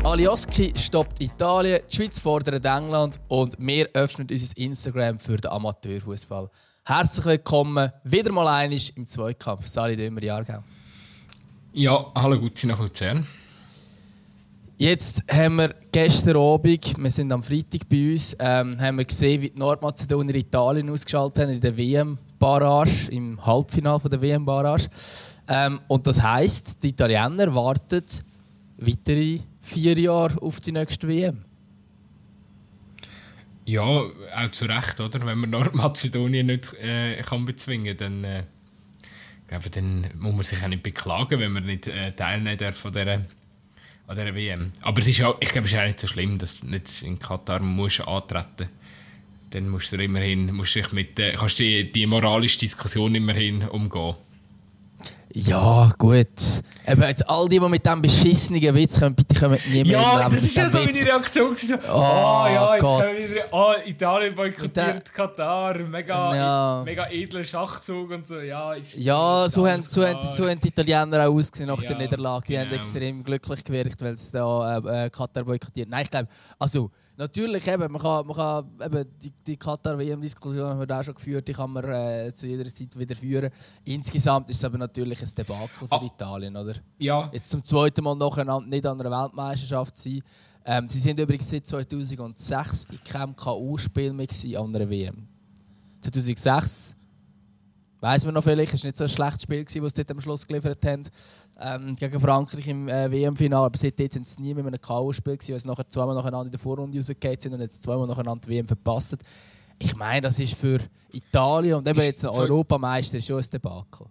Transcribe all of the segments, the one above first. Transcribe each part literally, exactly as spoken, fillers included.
Alioski stoppt Italien, die Schweiz fordert England und wir öffnen unser Instagram für den Amateurfußball. Herzlich willkommen wieder mal einmal im Zweikampf. Sali Dömer, Jahrgau. Ja, hallo Gutzi nach Luzern. Jetzt haben wir gestern Abend, wir sind am Freitag bei uns, ähm, haben wir gesehen, wie die Nordmazedonier Italien ausgeschaltet haben in der W M-Barrage, im Halbfinale der W M-Barrage. Ähm, und das heisst, die Italiener warten weitere vier Jahre auf die nächste W M. Ja, auch zu Recht, oder? Wenn man Nordmazedonien nicht äh, kann bezwingen kann, dann, äh, glaube, dann muss man sich auch nicht beklagen, wenn man nicht äh, teilnehmen darf an dieser, an dieser W M. Aber es ist auch, ich glaube, es ist auch nicht so schlimm, dass du nicht in Katar musst antreten. Dann musst du immerhin, musst du dich mit, äh, kannst die, die moralische Diskussion immerhin umgehen. Ja, gut. Aber jetzt all die, die mit diesem beschissenen Witz kommen, bitte kommen nie mehr ja, in Leben. Das ist ja so meine Reaktion. So, oh, oh ja, jetzt Gott. können wir oh, Italien boykottiert Katar, mega, ja. mega edler Schachzug und so. Ja, ist ja so, haben, so, haben, so haben die Italiener auch ausgesehen nach ja, der Niederlage. Die genau. haben extrem glücklich gewirkt, weil sie da äh, Katar boykottiert. Nein, ich glaube, also natürlich, eben, man kann, man kann eben, die, die Katar-W M-Diskussion haben wir auch schon geführt, die kann man äh, zu jeder Zeit wieder führen. Insgesamt ist es aber natürlich ein Debakel für ah. Italien, oder? Ja. Jetzt zum zweiten Mal nacheinander nicht an einer Weltmeisterschaft sein. Ähm, sie sind übrigens seit zweitausendsechs in keinem K O-Spiel mehr an einer W M. zweitausendsechs weiss man noch vielleicht, es war nicht so ein schlechtes Spiel, das sie dort am Schluss geliefert haben. Ähm, gegen Frankreich im äh, W M-Finale. Aber seitdem sind sie nie mit einem K O-Spiel gewesen, weil sie nachher zweimal nacheinander in der Vorrunde rausgegangen sind und jetzt zweimal nacheinander die W M verpasst. Ich meine, das ist für Italien und eben jetzt ein Europameister schon ein Debakel.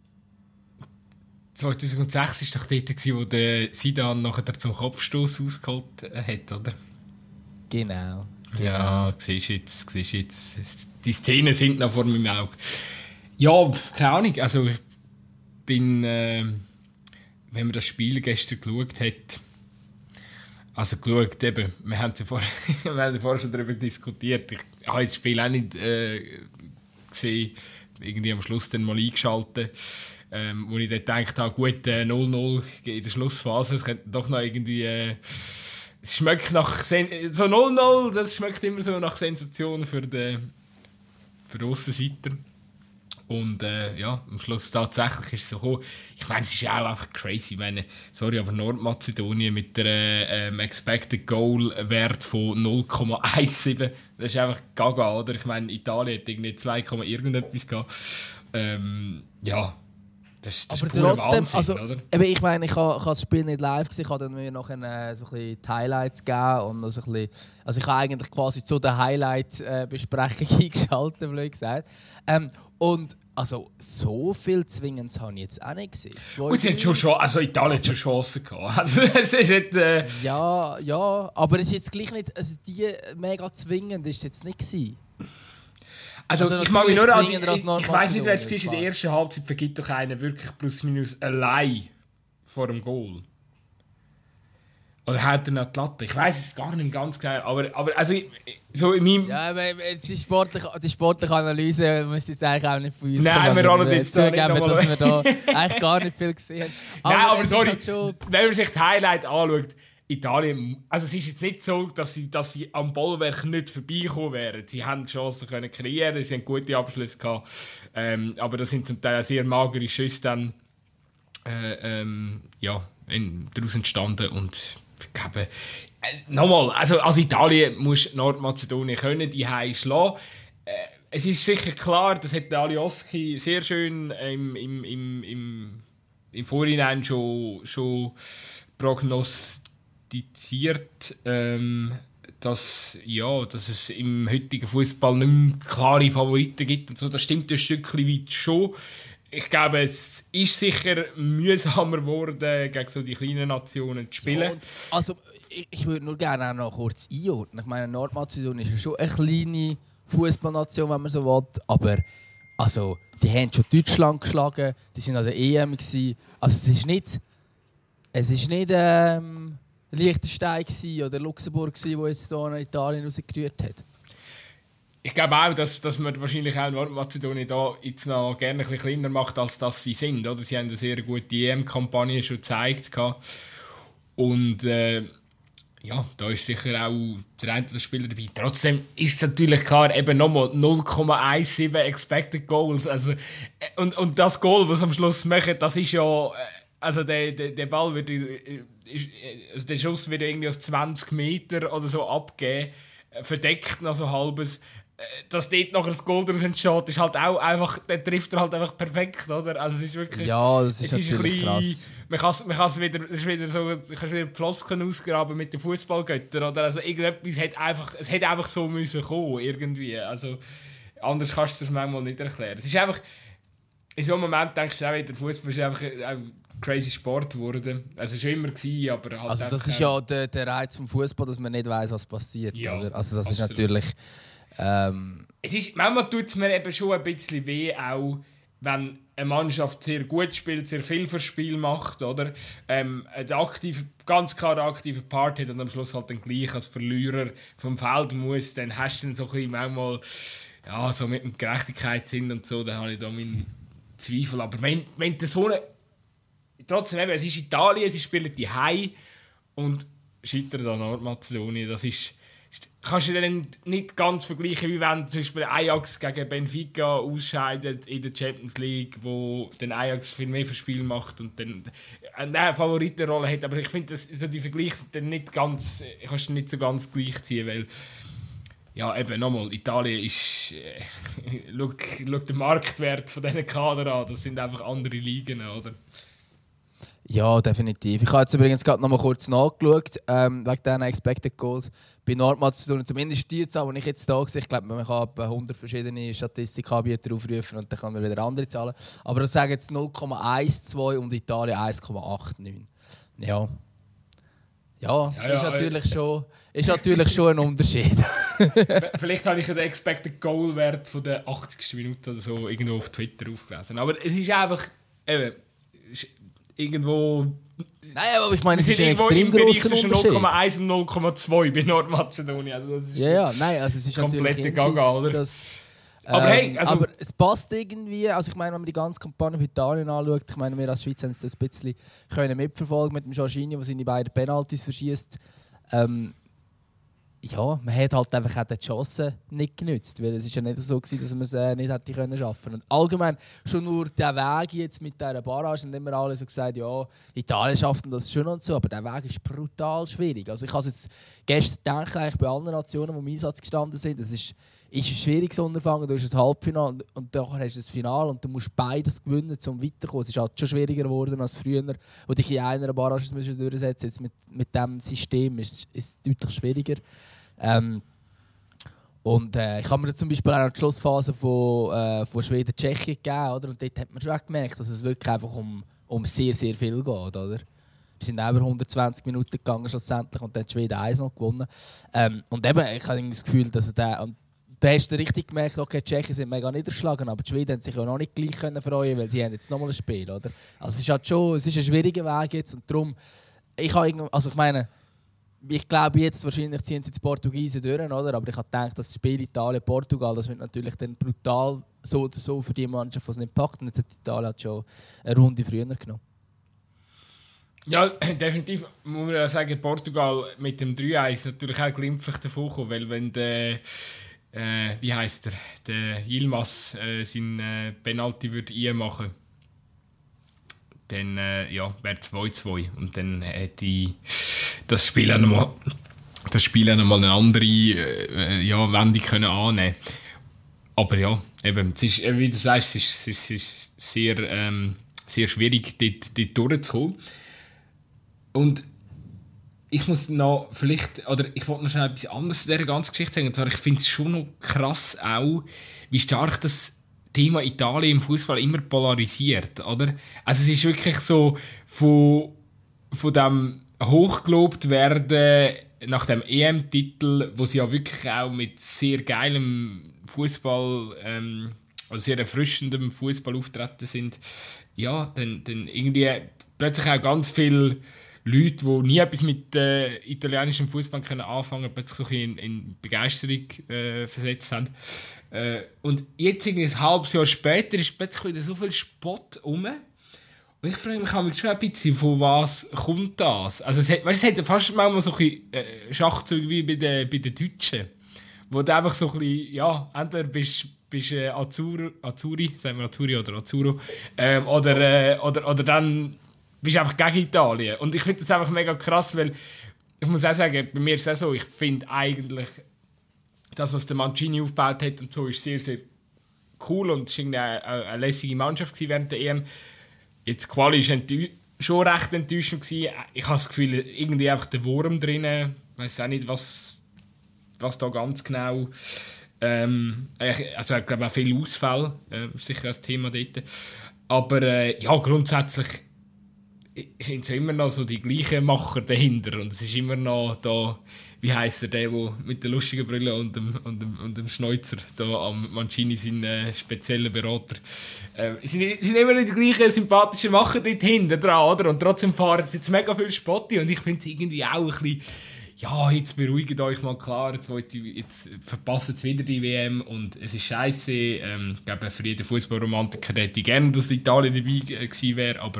zweitausendsechs war doch dort, wo der Zidane nachher zum Kopfstoß ausgeholt hat, oder? Genau. Ja, siehst jetzt, siehst jetzt. Die Szenen sind noch vor meinem Auge. Ja, keine Ahnung. Also ich bin, äh, wenn man das Spiel gestern geschaut hat, also geschaut eben, wir haben ja vorher, wir haben ja vorher schon darüber diskutiert. Ich habe das Spiel auch nicht äh, gesehen, irgendwie am Schluss dann mal eingeschaltet, ähm, wo ich dann gedacht habe, gut, äh, null null in der Schlussphase, es könnte doch noch irgendwie, äh, es schmeckt nach, Sen- so null null, das schmeckt immer so nach Sensation für den, für den Aussenseiter. Und äh, ja, am Schluss tatsächlich ist es so gekommen. Ich meine, es ist ja auch einfach crazy. Ich meine, sorry, aber Nordmazedonien mit einem ähm, Expected Goal Wert von null Komma siebzehn, das ist einfach gaga, oder? Ich meine, Italien hat irgendwie zwei, irgendetwas gehabt. Ähm, ja, das, das aber ist pure trotzdem, Wahnsinn, also, oder? Eben, ich meine, ich habe das Spiel nicht live gesehen, ich habe dann mir noch ein, äh, so ein bisschen die Highlights gegeben und noch so ein bisschen, also ich habe eigentlich quasi zu der Highlight-Besprechung eingeschaltet, blöd gesagt. Ähm, und also so viel zwingend habe ich jetzt auch nicht gesehen. Gut, sie hat schon, schon, also Italien hat schon Chancen gehabt. Also, es ist nicht, äh ja, ja, aber es ist jetzt gleich nicht, also die mega zwingend ist es jetzt nicht gewesen. Also, also ich mag mich nur an die, ich, ich weiss nicht, wer es in der ersten Halbzeit vergibt doch einen wirklich plus minus allein vor dem Goal. Oder hält er noch die Latte? Ich weiss es gar nicht ganz genau. Aber, aber also, so in meinem... Ja, aber die sportliche, die sportliche Analyse müsste jetzt eigentlich auch nicht von uns Nein, kommen. wir rollen jetzt da zugeben, dass wir da eigentlich gar nicht viel gesehen haben. Aber Nein, aber sorry, halt schon... wenn man sich die Highlight anschaut, Italien, also es ist jetzt nicht so, dass sie, dass sie am Bollwerk nicht vorbeikommen wären. Sie haben Chancen können kreieren, sie haben gute Abschlüsse gehabt, ähm, aber das sind zum Teil sehr magere Schüsse dann äh, ähm, ja, in, daraus entstanden und ich glaube, äh, nochmal, also als Italien muss Nordmazedonien können die Heim schlagen. Äh, es ist sicher klar, das hat Alioski sehr schön im, im, im, im, im Vorhinein schon, schon prognostiziert, ähm, dass, ja, dass es im heutigen Fußball nicht mehr klare Favoriten gibt und so. Das stimmt ein Stückchen weit schon. Ich glaube, es ist sicher mühsamer geworden, gegen so die kleinen Nationen zu spielen. Ja, also, ich, ich würde nur gerne auch noch kurz einordnen. Ich meine, Nordmazedonien ist ja schon eine kleine Fußballnation, wenn man so will. Aber also, die haben schon Deutschland geschlagen, die waren an der E M gewesen. Also, es ist nicht, es ist nicht ähm, Liechtenstein oder Luxemburg, der jetzt hier in Italien rausgerührt hat. Ich glaube auch, dass, dass man wahrscheinlich auch Nordmazedonien da jetzt noch gerne ein bisschen kleiner macht, als dass sie sind. Oder? Sie haben eine sehr gute E M-Kampagne schon gezeigt. Und äh, ja, da ist sicher auch der eine oder Spieler dabei. Trotzdem ist es natürlich klar, eben nochmal null Komma siebzehn Expected Goals. Also, äh, und, und das Goal, was am Schluss machen, das ist ja, äh, also der, der, der Ball wird, äh, ist, also der Schuss wird irgendwie aus zwanzig Meter oder so abgegeben, äh, verdeckt noch so halbes. Dass dort noch ein Goal daraus entsteht, ist halt auch einfach, der trifft er halt einfach perfekt, oder? Also es ist wirklich... Ja, das ist natürlich ist bisschen, krass. Man kann es man kann's wieder, es ist wieder so, du kannst wieder Floskeln ausgraben mit den Fußballgöttern, oder? Also irgendetwas hat einfach, es hätte einfach so müssen kommen, irgendwie. Also anders kannst du es manchmal nicht erklären. Es ist einfach, in so einem Moment denkst du auch wieder, Fußball ist einfach ein crazy Sport geworden. Also es war immer, gewesen, aber halt... Also das ist ja der, der Reiz vom Fußball, dass man nicht weiss, was passiert, ja, oder? Also das absolut. ist natürlich... Ähm, es ist, manchmal tut es mir eben schon ein bisschen weh, auch wenn eine Mannschaft sehr gut spielt, sehr viel fürs Spiel macht, oder? Ähm, eine aktive, ganz klar aktive Part hat und am Schluss halt dann gleich als Verlierer vom Feld muss, dann hast du dann so ein bisschen manchmal, ja, so mit dem Gerechtigkeitssinn und so, dann habe ich da meine Zweifel. Aber wenn, wenn du so eine... Trotzdem eben, es ist Italien, sie spielen die Hause und scheitern an Nordmazedonien, das ist... Kannst du dann nicht ganz vergleichen, wie wenn zum Beispiel Ajax gegen Benfica ausscheidet in der Champions League, wo dann Ajax viel mehr für Spiel macht und dann eine Favoritenrolle hat. Aber ich finde, so die Vergleiche sind dann nicht ganz, kannst du nicht so ganz gleichziehen, weil ja, eben nochmal, Italien ist, äh, schau, schau den Marktwert von diesen Kader an, das sind einfach andere Ligen, oder? Ja, definitiv. Ich habe jetzt übrigens gerade noch mal kurz nachgeschaut, ähm, wegen diesen Expected Goals. Bei Nordmazedonien, zumindest die Zahl, die ich jetzt da sehe, ich glaube, man kann etwa hundert verschiedene Statistikanbieter aufrufen und dann kann man wieder andere Zahlen. Aber das sagen jetzt null Komma zwölf und Italien eins Komma neunundachtzig. Ja. Ja, ja, ist, ja, natürlich äh, schon, ist natürlich schon ein Unterschied. Vielleicht habe ich den Expected Goal-Wert von der achtzigsten Minute oder so irgendwo auf Twitter aufgelesen. Aber es ist einfach eben, irgendwo... Nein, aber ich meine, es wir ist ein sind extrem im Bereich grosser zwischen Unterschied. null Komma eins und null Komma zwei bei Nordmazedonien. Also das ist ja, ja, nein, also es ist komplette natürlich Gaga, oder? Das, ähm, aber hey, also... aber es passt irgendwie, also ich meine, wenn man die ganze Kampagne für Italien anschaut, ich meine, wir als Schweiz haben es ein bisschen können mitverfolgen mit dem Jorginho, der seine beiden Penalties verschießt. Ähm, ja, man hat halt einfach auch die Chance nicht genützt, weil es ist ja nicht so gewesen, dass man es äh, nicht hätte können schaffen. Und allgemein schon nur der Weg jetzt mit dieser Barrage, sind immer alle so gesagt, ja, Italien schafft das schon und so, aber der Weg ist brutal schwierig. Also ich habe jetzt gestern gedacht, eigentlich bei allen Nationen, die im Einsatz gestanden sind, das ist, ist ein schwieriges Unterfangen. Du hast ein Halbfinale und, und dann hast du das Finale und du musst beides gewinnen, um weiterzukommen. Es ist halt schon schwieriger geworden als früher, wo dich in einer Barrage durchsetzen. Jetzt mit, mit diesem System ist es deutlich schwieriger. Ähm, und äh, ich habe mir zum Beispiel auch noch die Schlussphase von, äh, von Schweden-Tschechien gegeben, oder? Und dort hat man schon auch gemerkt, dass es wirklich einfach um, um sehr, sehr viel geht, oder? Wir sind über hundertzwanzig Minuten gegangen schlussendlich und dann die Schweden eins null gewonnen. Ähm, und eben, ich habe das Gefühl, dass der, und da hast du richtig gemerkt, okay, die Tschechen sind mega niedergeschlagen, aber die Schweden haben sich ja noch nicht gleich können freuen, weil sie haben jetzt nochmal ein Spiel, oder? Also es ist halt schon, es ist ein schwieriger Weg jetzt und darum, ich habe also ich meine, ich glaube jetzt, wahrscheinlich ziehen sie die Portugiesen durch, oder? Aber ich habe gedacht, das Spiel Italien-Portugal, das wird natürlich dann brutal so oder so für die Mannschaft, die es nicht packt. Und jetzt hat Italien halt schon eine Runde früher genommen. Ja, definitiv muss man ja sagen, Portugal mit dem drei eins natürlich auch glimpflich davon kommen, weil wenn der, äh, wie heisst er, der Yilmaz äh, seinen äh, Penalty würde einmachen, dann äh, ja, wäre zwei zwei und dann hätte das Spiel auch nochmal das Spiel auch nochmal eine andere äh, ja, Wendung können annehmen. Aber ja, eben, es ist, wie du sagst, es ist, es ist sehr, ähm, sehr schwierig, dort, dort durchzukommen. Und ich muss noch vielleicht, oder ich wollte noch schnell etwas anderes zu dieser ganzen Geschichte sagen. Und zwar, ich finde es schon noch krass auch, wie stark das Thema Italien im Fußball immer polarisiert, oder? Also es ist wirklich so von, von dem hochgelobt werden nach dem E M-Titel, wo sie ja wirklich auch mit sehr geilem Fußball, ähm, also sehr erfrischendem Fußball auftreten sind. Ja, dann, dann irgendwie plötzlich auch ganz viele Leute, die nie etwas mit äh, italienischem Fußball anfangen können, plötzlich so in, in Begeisterung äh, versetzt haben. Äh, und jetzt, ein halbes Jahr später, ist plötzlich wieder so viel Spott rum. Und ich frage mich auch schon ein bisschen, von was kommt das? Also es hat, weißt, es hat fast manchmal so ein bisschen äh, Schachzüge wie bei den, bei den Deutschen. Wo du einfach so ein bisschen, ja, entweder bist bist äh, Azur, Azuri, sagen wir Azuri oder Azzurro, ähm, oder, äh, oder, oder dann bist du einfach gegen Italien. Und ich finde das einfach mega krass, weil ich muss auch sagen, bei mir ist es auch so, ich finde eigentlich, das, was der Mancini aufgebaut hat und so, ist sehr, sehr cool und es war eine, eine, eine lässige Mannschaft während der E M. Jetzt Quali war schon recht enttäuschend gewesen. Ich habe das Gefühl, irgendwie einfach der Wurm drin. Ich weiß auch nicht, was, was da ganz genau. Ähm, also ich glaube auch viele Ausfälle, äh, sicher das Thema dort. Aber äh, ja, grundsätzlich sind es immer noch so die gleichen Macher dahinter und es ist immer noch da, wie heisst er, der, der mit der lustigen Brille und dem, und dem, und dem Schnäuzer, da am Mancini, sein äh, spezieller Berater. Äh, es sind, sind immer noch die gleichen sympathischen Macher dort hinten dran, oder? Und trotzdem fahren sie jetzt mega viel Spotti und ich finde es irgendwie auch ein bisschen, ja, jetzt beruhigt euch mal klar, jetzt, wollt ihr, jetzt verpasst ihr wieder die W M und es ist scheiße. Ähm, ich glaube, für jeden Fußballromantiker hätte ich gerne, dass Italien dabei äh, gewesen wäre, aber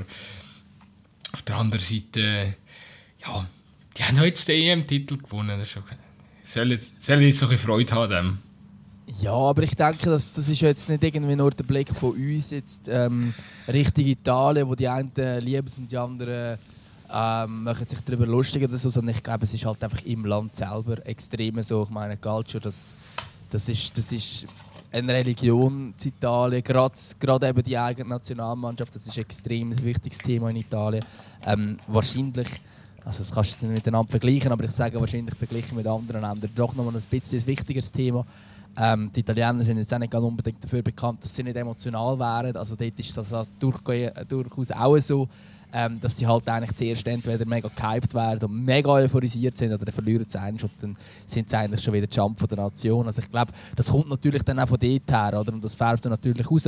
auf der anderen Seite, äh, ja, die haben jetzt den E M-Titel gewonnen. Das ist okay. Sollen, sollen jetzt noch ein bisschen Freude haben dem. Ja, aber ich denke, das, das ist jetzt nicht irgendwie nur der Blick von uns jetzt ähm, Richtung Italien, wo die einen lieben und die anderen ähm, machen sich darüber lustig oder so, sondern ich glaube, es ist halt einfach im Land selber extrem so. Ich meine, Calcio, das, das, ist, das ist eine Religion in Italien, gerade, gerade eben die eigene Nationalmannschaft, das ist ein extrem wichtiges Thema in Italien. Ähm, wahrscheinlich, also das kannst du nicht miteinander vergleichen, aber ich sage wahrscheinlich verglichen mit anderen Ländern doch noch mal ein bisschen ein wichtigeres Thema. Ähm, die Italiener sind jetzt auch nicht ganz unbedingt dafür bekannt, dass sie nicht emotional wären. Also dort ist das auch durchaus auch so, ähm, dass sie halt eigentlich zuerst entweder mega gehypt werden und mega euphorisiert sind oder dann verlieren sie eigentlich und dann sind sie eigentlich schon wieder die Champ von der Nation. Also ich glaube, das kommt natürlich dann auch von dort her, oder? Und das färbt dann natürlich raus.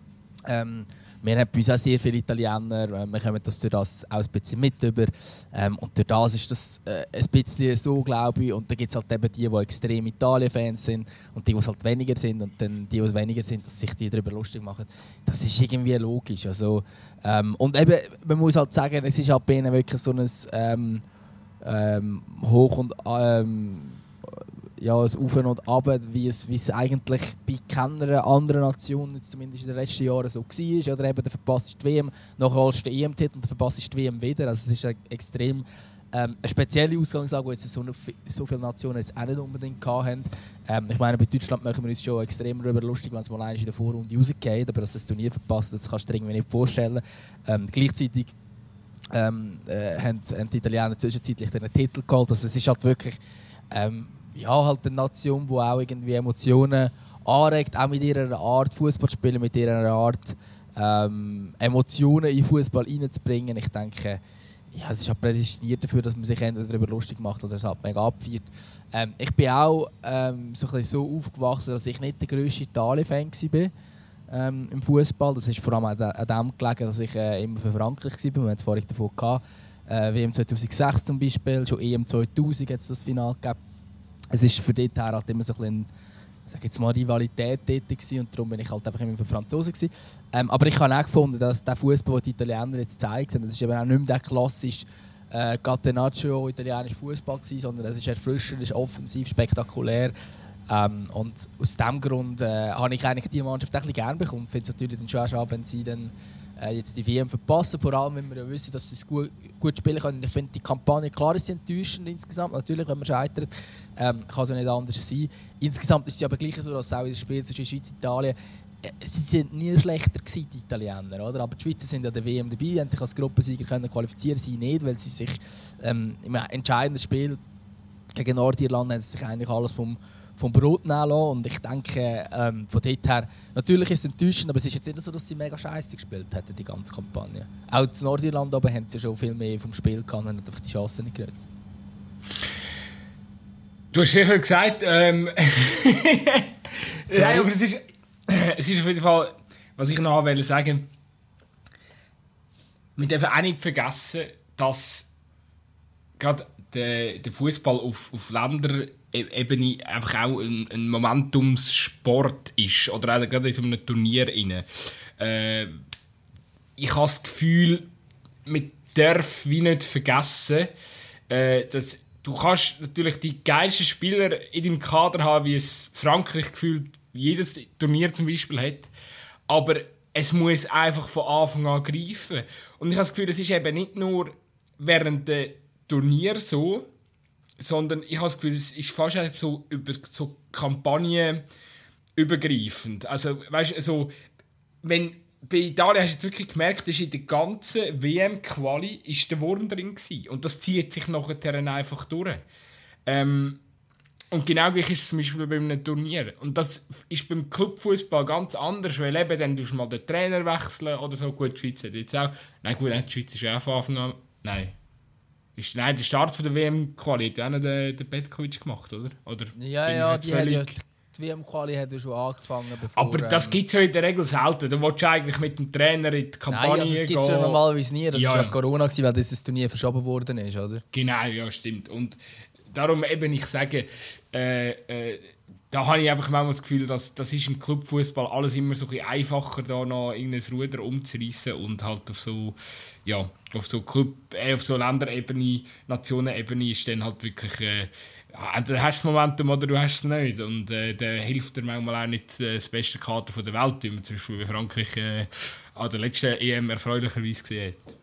Ähm, wir haben bei uns auch sehr viele Italiener, wir kommen das durch das auch ein bisschen mit über. Ähm, und durch das ist das äh, ein bisschen so, glaube ich. Und dann gibt es halt eben die, die extrem Italien-Fans sind und die, die halt weniger sind. Und dann die, die weniger sind, dass sich die darüber lustig machen. Das ist irgendwie logisch. Also, ähm, und eben, man muss halt sagen, es ist halt bei ihnen wirklich so ein ähm, ähm, Hoch und ähm, ja, ein Auf und Ab, wie es, wie es eigentlich bei keiner anderen Nation, zumindest in den letzten Jahren, so war. Oder eben, der verpasst die W M, nachher holst du den E M-Titel und der verpasst die W M wieder. Also es ist eine extrem ähm, eine spezielle Ausgangslage, die jetzt so, so viele Nationen jetzt auch nicht unbedingt hatten. Ähm, ich meine, bei Deutschland machen wir uns schon extrem darüber lustig, wenn es mal einmal in der Vorrunde rausgeht, aber dass das Turnier verpasst, das kannst du dir irgendwie nicht vorstellen. Ähm, gleichzeitig ähm, äh, haben, haben die Italiener zwischenzeitlich den Titel geholt. Also es ist halt wirklich ähm, ja, halt eine Nation, die auch irgendwie Emotionen anregt, auch mit ihrer Art Fußball zu spielen, mit ihrer Art ähm, Emotionen in Fußball reinzubringen. Ich denke, ja, es ist halt prädestiniert dafür, dass man sich entweder darüber lustig macht oder es halt mega abfeiert. Ähm, ich bin auch ähm, so, ein so aufgewachsen, dass ich nicht der grösste Italien-Fan war ähm, im Fußball. Das ist vor allem an dem gelegen, dass ich äh, immer für Frankreich war. Wir haben es vorhin davon gehabt. Äh, W M zweitausendsechs zum Beispiel, schon E M zweitausend hat es das Finale gegeben. Es ist für dort her halt immer so ein bisschen, sag jetzt mal, Rivalität dort gewesen, und darum bin ich halt einfach immer für Franzosen gewesen. Ähm, aber ich habe auch gefunden, dass der Fußball, den die Italiener jetzt gezeigt haben, das ist eben auch nicht mehr der klassische äh, Catenaccio italienische Fußball gewesen, sondern es ist erfrischend, es ist offensiv, spektakulär. Ähm, und aus diesem Grund äh, habe ich eigentlich die Mannschaft ein bisschen gerne bekommen. Ich finde es natürlich dann schon auch schade, wenn sie dann äh, jetzt die W M verpassen, vor allem wenn wir ja wissen, dass sie es gut, gut spielen können. Ich finde die Kampagne, klar ist sie enttäuschend insgesamt, natürlich, wenn man scheitert, ähm, kann es ja nicht anders sein. Insgesamt ist es aber gleich so, dass auch in das Spiel zwischen Schweiz und Italien, äh, sie sind nie schlechter gewesen, die Italiener, oder? Aber die Schweizer sind an der W M dabei, haben sich als Gruppensieger können qualifizieren, sie nicht, weil sie sich ähm, im entscheidenden Spiel gegen Nordirland haben sie sich eigentlich alles vom vom Brot nehmen lassen. Und ich denke, ähm, von dort her, natürlich ist es enttäuschend, aber es ist jetzt nicht so, dass sie mega scheiße gespielt hätten, die ganze Kampagne. Auch in Nordirland aber haben sie schon viel mehr vom Spiel gehabt und haben einfach die Chance nicht genutzt. Du hast sehr viel gesagt. Ähm Nein, aber es ist, es ist auf jeden Fall, was ich noch wollte sagen, wir dürfen auch nicht vergessen, dass gerade der, der Fußball auf, auf Länderebene einfach auch ein, ein Momentumssport ist. Oder auch gerade in so einem Turnier rein. Äh, ich habe das Gefühl, man darf wie nicht vergessen, äh, dass du kannst natürlich die geilsten Spieler in deinem Kader haben, wie es Frankreich gefühlt jedes Turnier zum Beispiel hat. Aber es muss einfach von Anfang an greifen. Und ich habe das Gefühl, es ist eben nicht nur während der Turnier so, sondern ich habe das Gefühl, es ist fast so über so Kampagnen übergreifend. Also, weißt du, so, wenn bei Italien hast du jetzt wirklich gemerkt, dass in der ganzen W M-Quali ist der Wurm drin gewesen. Und das zieht sich nachher einfach durch. Ähm, und genau gleich ist es zum Beispiel bei einem Turnier. Und das ist beim Clubfußball ganz anders, weil eben dann tust du mal den Trainer wechseln oder so. Gut, die Schweiz hat jetzt auch... Nein, gut, die Schweiz ist ja auch von Anfang an... Nein. Ist, nein, der Start von der W M-Quali hat auch noch der, der Petkovic gemacht, oder? oder ja, ja, die völlig... hat ja... Die W M-Quali hat ja schon angefangen, bevor... Aber das ähm, gibt es ja in der Regel selten. Du willst eigentlich mit dem Trainer in die Kampagne gehen. Nein, also das gibt es ja normalerweise nie. Das war ja ja Corona, weil dieses Turnier verschoben worden ist, oder? Genau, ja, stimmt. Und darum eben, ich sage, äh, äh, da habe ich einfach manchmal das Gefühl, dass das ist im Clubfußball alles immer so ein bisschen einfacher, da noch irgendein Ruder umzureissen und halt auf so, ja, auf so Club, äh, auf so Länderebene, Nationenebene ist dann halt wirklich... Äh, entweder hast du das Momentum oder du hast es nicht. Und äh, da hilft dir manchmal auch nicht äh, das beste Kader von der Welt, wie man zum Beispiel bei Frankreich äh, an der letzten E M erfreulicherweise gesehen hat.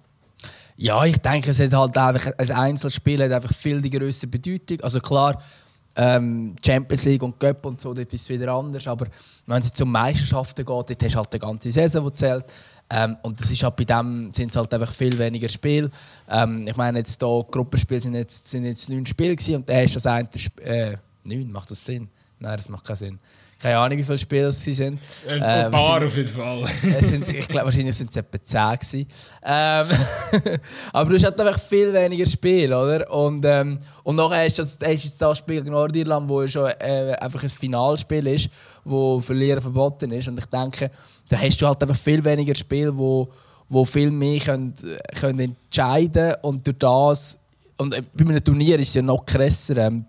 Ja, ich denke, es hat halt einfach, ein Einzelspiel hat einfach viel die größere Bedeutung. Also klar, ähm, Champions League und Cup und so, dort ist es wieder anders. Aber wenn es um Meisterschaften geht, dort hast du halt die ganze Saison, die zählt. Ähm, und das ist halt bei dem sind es halt einfach viel weniger Spiele. Ähm, ich meine, jetzt hier Gruppenspiele sind jetzt, sind jetzt neun Spiele gewesen und da hast du das eine Sp- äh, neun, macht das Sinn? Nein, das macht keinen Sinn. Keine Ahnung, wie viele Spiele es waren. Ein äh, paar auf jeden Fall. es sind, ich glaube, wahrscheinlich sind es etwa zehn gewesen. Ähm, aber du hast halt einfach viel weniger Spiele, oder? Und, ähm, und nachher hast du das, hast du das Spiel gegen Nordirland, wo schon äh, einfach ein Finalspiel ist, wo Verlieren verboten ist. Und ich denke, da hast du halt einfach viel weniger Spiele, wo, wo viel mehr können, können entscheiden können. Und durch das, und äh, bei einem Turnier ist es ja noch krasser. Ähm,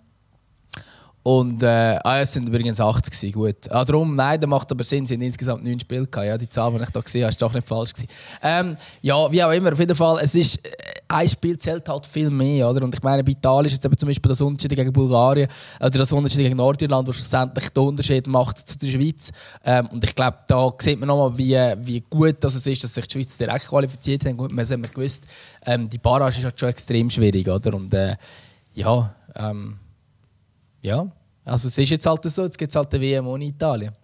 Und äh, ah, es sind übrigens acht gewesen, gut. Ah, darum, nein, das macht aber Sinn, es sind insgesamt neun Spiele gehabt. Ja, die Zahl, die ich da gesehen habe, ist doch nicht falsch gewesen. Ähm, ja, wie auch immer, auf jeden Fall, es ist, äh, ein Spiel zählt halt viel mehr, oder? Und ich meine, bei Italien ist jetzt zum Beispiel das Unterschied gegen Bulgarien oder das Unterschied gegen Nordirland, was schlussendlich den Unterschied macht zu der Schweiz. Ähm, und ich glaube, da sieht man nochmal, wie, wie gut das es ist, dass sich die Schweiz direkt qualifiziert hat. Gut, wir haben gewusst, ähm, die Barrage ist halt schon extrem schwierig, oder? Und äh, ja, ähm, ja, also es ist jetzt halt so, jetzt gibt es halt eine W M ohne Italien.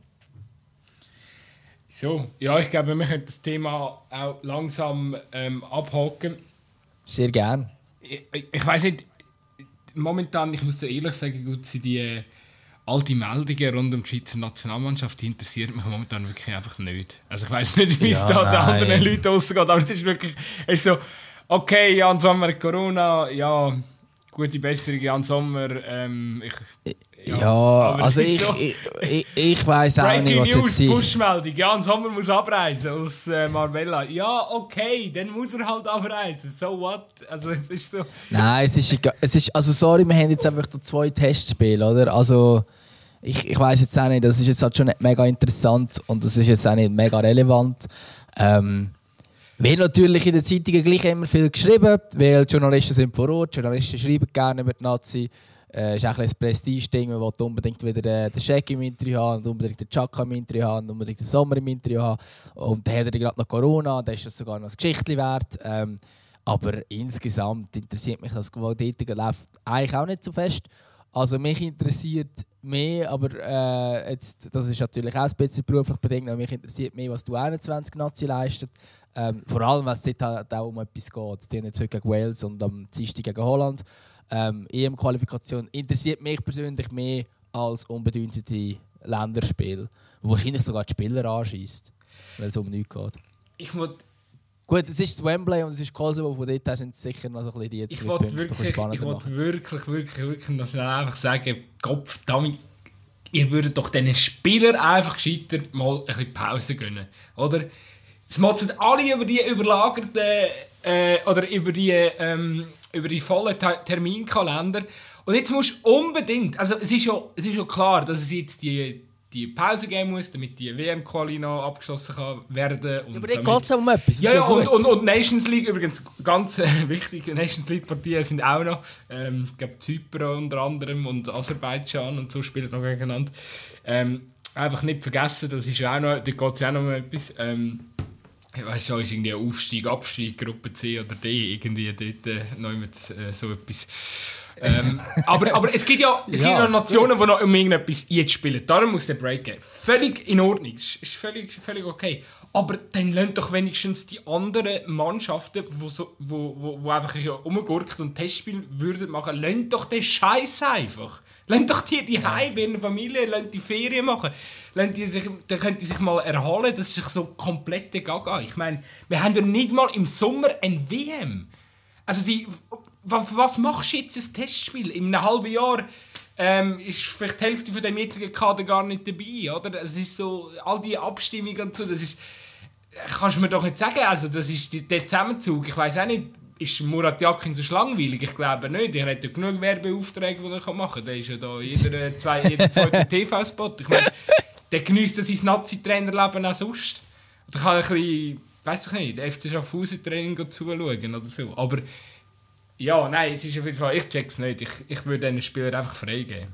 So, ja, ich glaube, wir können das Thema auch langsam ähm, abhaken. Sehr gern. Ich, ich, ich weiss nicht, momentan, ich muss dir ehrlich sagen, gut, sind die äh, alte Meldungen rund um die Schweizer Nationalmannschaft, die interessieren mich momentan wirklich einfach nicht. Also ich weiss nicht, wie es ja, da den anderen Leuten rausgeht, aber es ist wirklich, es ist so, okay, Jan Sommer, Corona, ja... Gute Besserung, Jan Sommer. Ähm, ich, ja, ja also ich, so. ich, ich, ich weiss auch nicht, was News, jetzt ist. Push-Meldung. Jan Sommer muss abreisen aus äh, Marbella. Ja, okay, dann muss er halt abreisen. So what? Also es ist so... Nein, es ist, es ist... Also sorry, wir haben jetzt einfach zwei Testspiele, oder? Also ich, ich weiss jetzt auch nicht, das ist jetzt halt schon nicht mega interessant und das ist jetzt auch nicht mega relevant. Ähm, Wir haben natürlich in den Zeitungen gleich immer viel geschrieben, weil die Journalisten sind vor Ort, die Journalisten schreiben gerne über die Nazi. Es äh, ist auch ein, ein Prestige-Ding, man will unbedingt wieder den, den Shaq im Interview haben, und unbedingt den Chaka im Interview haben, und unbedingt den Sommer im Interview haben. Und dann hat er gerade noch Corona, dann ist das sogar noch ein Geschichtchen wert. Ähm, aber insgesamt interessiert mich das gewalttätige Leben eigentlich auch nicht so fest. Also mich interessiert mehr, aber äh, jetzt, das ist natürlich auch ein bisschen beruflich bedingt, aber mich interessiert mehr, was du einundzwanzig Nazi leistet. Ähm, vor allem, weil es dort halt auch um etwas geht. Die haben jetzt heute gegen Wales und am Dienstag gegen Holland. Ähm, E M-Qualifikation interessiert mich persönlich mehr als unbedeutende Länderspiele, wo wahrscheinlich sogar die Spieler anschießt, weil es um nichts geht. Ich muss Gut, es ist Wembley und es ist Kosovo, von dort sind es sicher noch so ein bisschen die jetzt Ich wollte wirklich, ich wollte wirklich, wirklich, wirklich noch schnell einfach sagen, Kopf, damit, ihr würdet doch diesen Spielern einfach gescheiter mal ein bisschen Pause gönnen, oder? Es motzen alle über die überlagerten, äh, oder über die, ähm, über die vollen Ta- Terminkalender. Und jetzt musst du unbedingt, also es ist ja, es ist ja klar, dass es jetzt die die Pause geben muss, damit die W M-Quali noch abgeschlossen kann werden. Und aber dort geht es auch um etwas. Ja, ja, und, und, und Nations League, übrigens ganz äh, wichtig, Nations League-Partien sind auch noch. Ähm, ich glaube, Zypern unter anderem und Aserbaidschan und so spielen noch gegeneinander. Ähm, einfach nicht vergessen, das ist auch noch, dort geht es ja auch noch um etwas. Ähm, ich weiss schon, ist irgendwie Aufstieg, Abstieg, Gruppe C oder D, irgendwie dort äh, noch mit, äh, so etwas. ähm, aber, aber es gibt ja, es ja, gibt ja Nationen, gut. die noch um irgendetwas jetzt spielen. Darum muss der Break geben. Völlig in Ordnung. Ist, ist völlig, völlig okay. Aber dann lasst doch wenigstens die anderen Mannschaften, die so, wo, wo, wo einfach rumgurkt und Testspiel würden machen, lasst doch den Scheiß einfach. Lasst doch die, die heim bei ihrer Familie, lasst die Ferien machen. Lasst die sich, dann können die sich mal erholen. Das ist so komplette Gaga. Ich meine, wir haben ja nicht mal im Sommer ein W M. Also die, was, was machst du jetzt ein Testspiel? In einem halben Jahr ähm, ist vielleicht die Hälfte von dem jetzigen Kader gar nicht dabei, oder? Es ist so, all die Abstimmungen und so, das ist, kannst du mir doch nicht sagen, also das ist der Zusammenzug, ich weiss auch nicht, ist Murat Yakin so langweilig? Ich glaube nicht, er hat ja genug Werbeaufträge, die er machen kann. Der ist ja da jeder, zwei, jeder zweite T V-Spot. Ich meine, der genießt ja sein Nazi-Trainerleben auch sonst. Oder kann ein bisschen, weiss ich nicht, F C Schaffhausen-Training zuschauen oder so. Aber ja, nein, es ist auf jeden Fall, ich check's nicht. Ich, ich würde diesen Spielern einfach freigeben.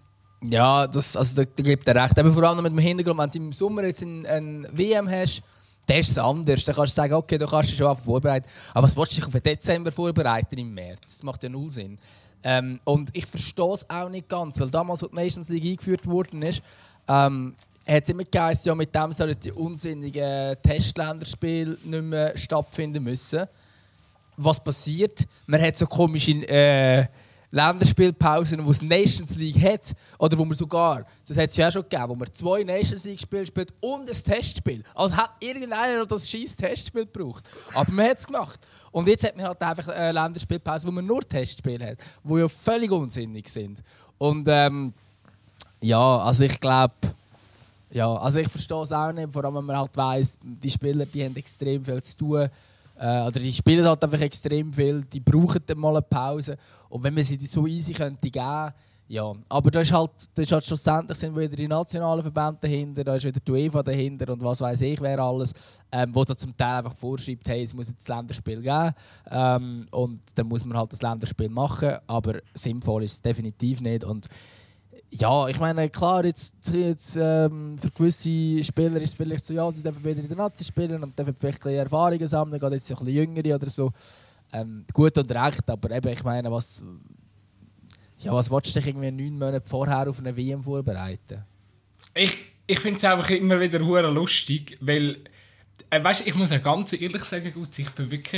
Ja, das, also, da, da gibt er recht. Aber vor allem mit dem Hintergrund, wenn du im Sommer jetzt ein, ein W M hast, dann ist es anders. Dann kannst du sagen, okay, du kannst dich schon vorbereiten. Aber was willst du dich auf den Dezember vorbereiten im März? Das macht ja null Sinn. Ähm, und ich verstehe es auch nicht ganz, weil damals, als die Nations League eingeführt worden ist, ähm, hat es immer geheißen, ja, mit dem sollen die unsinnigen Testländerspiele nicht mehr stattfinden müssen. Was passiert? Man hat so komische äh, Länderspielpausen, wo es Nations League hat. Oder wo man sogar, das hat es ja auch schon gegeben, wo man zwei Nations League Spiele spielt und ein Testspiel. Also hat irgendeiner noch das scheiß Testspiel gebraucht. Aber man hat es gemacht. Und jetzt hat man halt einfach eine Länderspielpause, wo man nur Testspiele hat, die ja völlig unsinnig sind. Und ähm, ja, also ich glaube, ja, also ich verstehe es auch nicht, vor allem wenn man halt weiss, die Spieler, die haben extrem viel zu tun. Äh, oder die spielen halt einfach extrem viel, die brauchen dann mal eine Pause. Und wenn man sie so easy könnte geben, ja. Aber da ist halt, da ist halt schlussendlich sind wieder die nationalen Verbände dahinter, da ist wieder die UEFA dahinter und was weiß ich wer alles, ähm, wo da zum Teil einfach vorschreibt, hey, es muss jetzt das Länderspiel geben. Ähm, und dann muss man halt das Länderspiel machen, aber sinnvoll ist es definitiv nicht. Und ja, ich meine, klar, jetzt, jetzt ähm, für gewisse Spieler ist es vielleicht so, ja, sie dürfen wieder in der Nazi spielen und dürfen vielleicht ein bisschen Erfahrungen sammeln, gerade jetzt ein bisschen Jüngere oder so. Ähm, gut und recht, aber eben, ich meine, was, ja, was willst du dich irgendwie neun Monate vorher auf eine W M vorbereiten? Ich, ich finde es einfach immer wieder hure lustig, weil, äh, weißt du, ich muss ja ganz ehrlich sagen, gut, ich bin wirklich,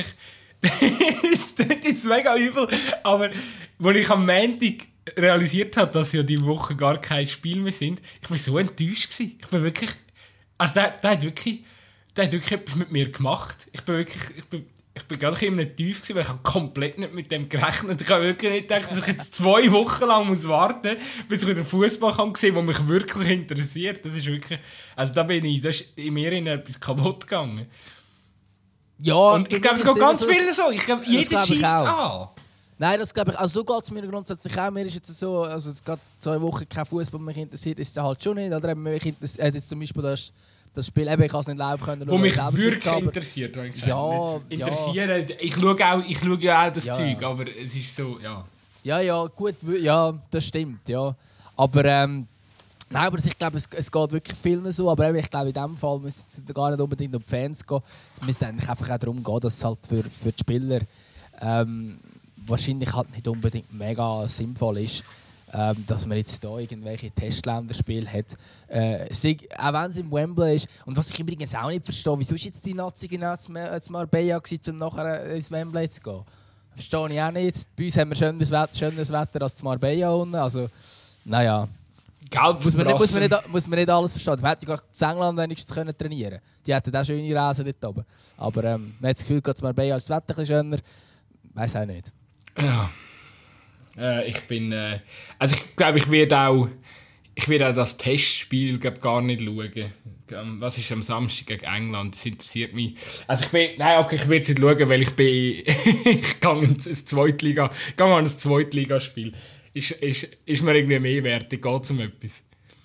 es tut jetzt mega übel, aber als ich am Montag realisiert habe, dass ja die Woche gar kein Spiel mehr sind, ich war so enttäuscht gewesen. Ich bin wirklich, also der, der hat wirklich, der hat wirklich etwas mit mir gemacht. Ich bin wirklich, ich bin, ich bin gar nicht tief gewesen, weil ich habe komplett nicht mit dem gerechnet. Ich habe wirklich nicht gedacht, dass ich jetzt zwei Wochen lang muss warten muss, bis ich wieder Fußball kann sehen, der mich wirklich interessiert. Das ist wirklich, also da bin ich, da ist in mir etwas kaputt gegangen. Ja, und ich glaube, es geht ganz so, viele so. Ich glaube, jeder schießt an. Nein, das glaube ich, also so geht es mir grundsätzlich auch. Mir ist jetzt so, also es geht zwei Wochen kein Fußball mich interessiert, ist es halt schon nicht. Oder eben mich interessiert jetzt zum Beispiel das, das Spiel, eben, ich kann es nicht live können. Wo mich wirklich habe, interessiert, wenn ich ja, interessieren. Ja. Ich schaue auch, ich schaue ja auch das ja. Zeug, aber es ist so, ja. Ja, ja, gut, ja, das stimmt, ja. Aber ähm, nein, aber ich glaube, es, es geht wirklich vielen so. Aber eben, ich glaube, in diesem Fall müsste es gar nicht unbedingt um die Fans gehen. Es müsste eigentlich einfach auch darum gehen, dass es halt für, für die Spieler ähm, wahrscheinlich halt nicht unbedingt mega sinnvoll ist, ähm, dass man jetzt hier irgendwelche Testländerspiele hat. Äh, sie, auch wenn es im Wembley ist. Und was ich übrigens auch nicht verstehe, wieso ist jetzt die Nazi genau zu Marbella gewesen, um nachher ins Wembley zu gehen? Verstehe ich auch nicht. Bei uns haben wir schöneres Wetter, schöneres Wetter als zu Marbella unten. Also, naja. Muss man, nicht, muss, man nicht, muss man nicht alles verstehen. Man hätte ja in England wenigstens können trainieren. Die hätten auch schöne Rasen dort oben. Aber ähm, man hat das Gefühl, dass Marbella als das Wetter ein bisschen schöner. Weiß auch nicht. Ja. Äh, ich bin. Äh, also ich glaube, ich werde auch. Ich werde auch das Testspiel glaub, gar nicht schauen. Was ist am Samstag gegen England? Das interessiert mich. Also ich bin. Nein, okay, ich werde es nicht schauen, weil ich bin. ich gehe ins Zweitliga. Ich gehe an ein Zweitligaspiel. Ist, ist, ist mir irgendwie mehr wert? Geht es um etwas?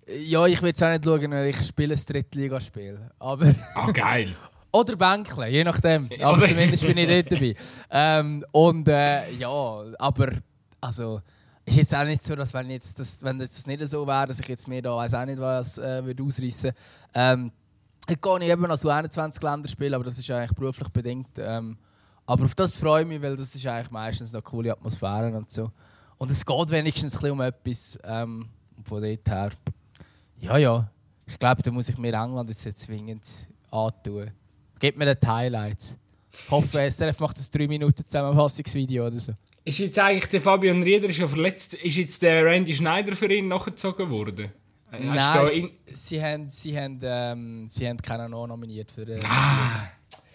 Ja, ich will es auch nicht schauen, weil ich spiele ein Drittligaspiel. Aber Ah, geil. oder Bänkle, je nachdem. Aber zumindest bin ich dort dabei. Ähm, und äh, ja, aber also ist jetzt auch nicht so, dass wenn jetzt das, wenn jetzt das nicht so wäre, dass ich jetzt mir da weiß auch nicht was äh, würde ausreißen. Ähm, ich gehe nicht eben als U einundzwanzig Länderspiel, aber das ist eigentlich beruflich bedingt. Ähm, aber auf das freue ich mich, weil das ist eigentlich meistens noch coole Atmosphäre und so. Und es geht wenigstens ein bisschen um etwas ähm, von dort her. Ja, ja. Ich glaube, da muss ich mir England jetzt nicht zwingend antun. Gib mir die Highlights. Ich hoffe, S R F macht ein drei Minuten Zusammenfassungsvideo oder so. Ist jetzt eigentlich der Fabian Rieder ist ja verletzt? Ist jetzt der Randy Schneider für ihn nachgezogen worden? Nein, in... sie, haben, sie, haben, ähm, sie haben keinen nominiert für den. Ah.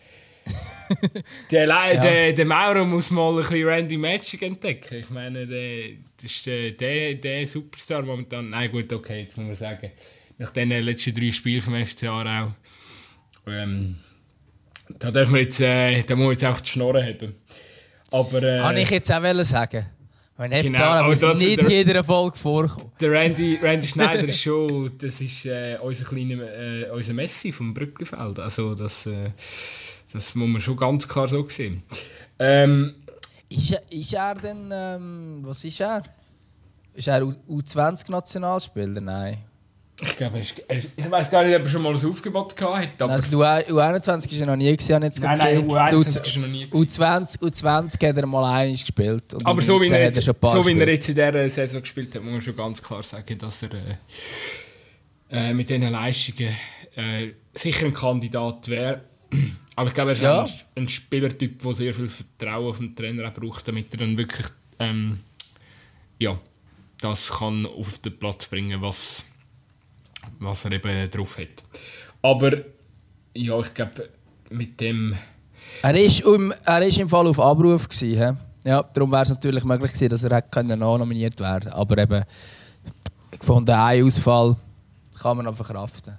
der, ja. der, der Mauro muss mal ein bisschen Randy Magic entdecken. Ich meine, der, das ist der, der, der Superstar momentan. Nein, gut, okay, jetzt muss man sagen. Nach den letzten drei Spielen vom F C Aarau. Ähm, da darf man jetzt, äh, da muss man jetzt auch die Schnorren haben. Aber, äh, kann ich jetzt auch sagen. Wenn F C genau, Aarau muss das, nicht der, jeder Folge vorkommen. Der Randy, Randy Schneider ist schon, das ist äh, unser kleiner äh, unser Messi vom Brücklifeld. Also das, äh, das muss man schon ganz klar so sehen. Ähm, ist, er, ist er denn, ähm, was ist er? Ist er U zwanzig-Nationalspieler? Nein. Ich glaube, ich weiß gar nicht, ob er schon mal ein Aufgebot hatte. Also U einundzwanzig ist er noch nie gesehen, jetzt nein, nein, U einundzwanzig ist er noch nie gesehen. U zwanzig, U zwanzig hat er mal einmal gespielt. Und aber so wie, er jetzt, er so wie er jetzt in dieser Saison gespielt hat, muss man schon ganz klar sagen, dass er äh, äh, mit diesen Leistungen äh, sicher ein Kandidat wäre. Aber ich glaube, er ist ja. ein, ein Spielertyp, der sehr viel Vertrauen auf den Trainer braucht, damit er dann wirklich ähm, ja, das kann auf den Platz bringen, was was er eben drauf hat. Aber ja, ich glaube, mit dem... Er ist, um, er ist im Fall auf Abruf gewesen, he? Ja, darum wäre es natürlich möglich gewesen, dass er hätte nominiert werden können. Aber eben, gefunden, ein Ausfall kann man noch verkraften.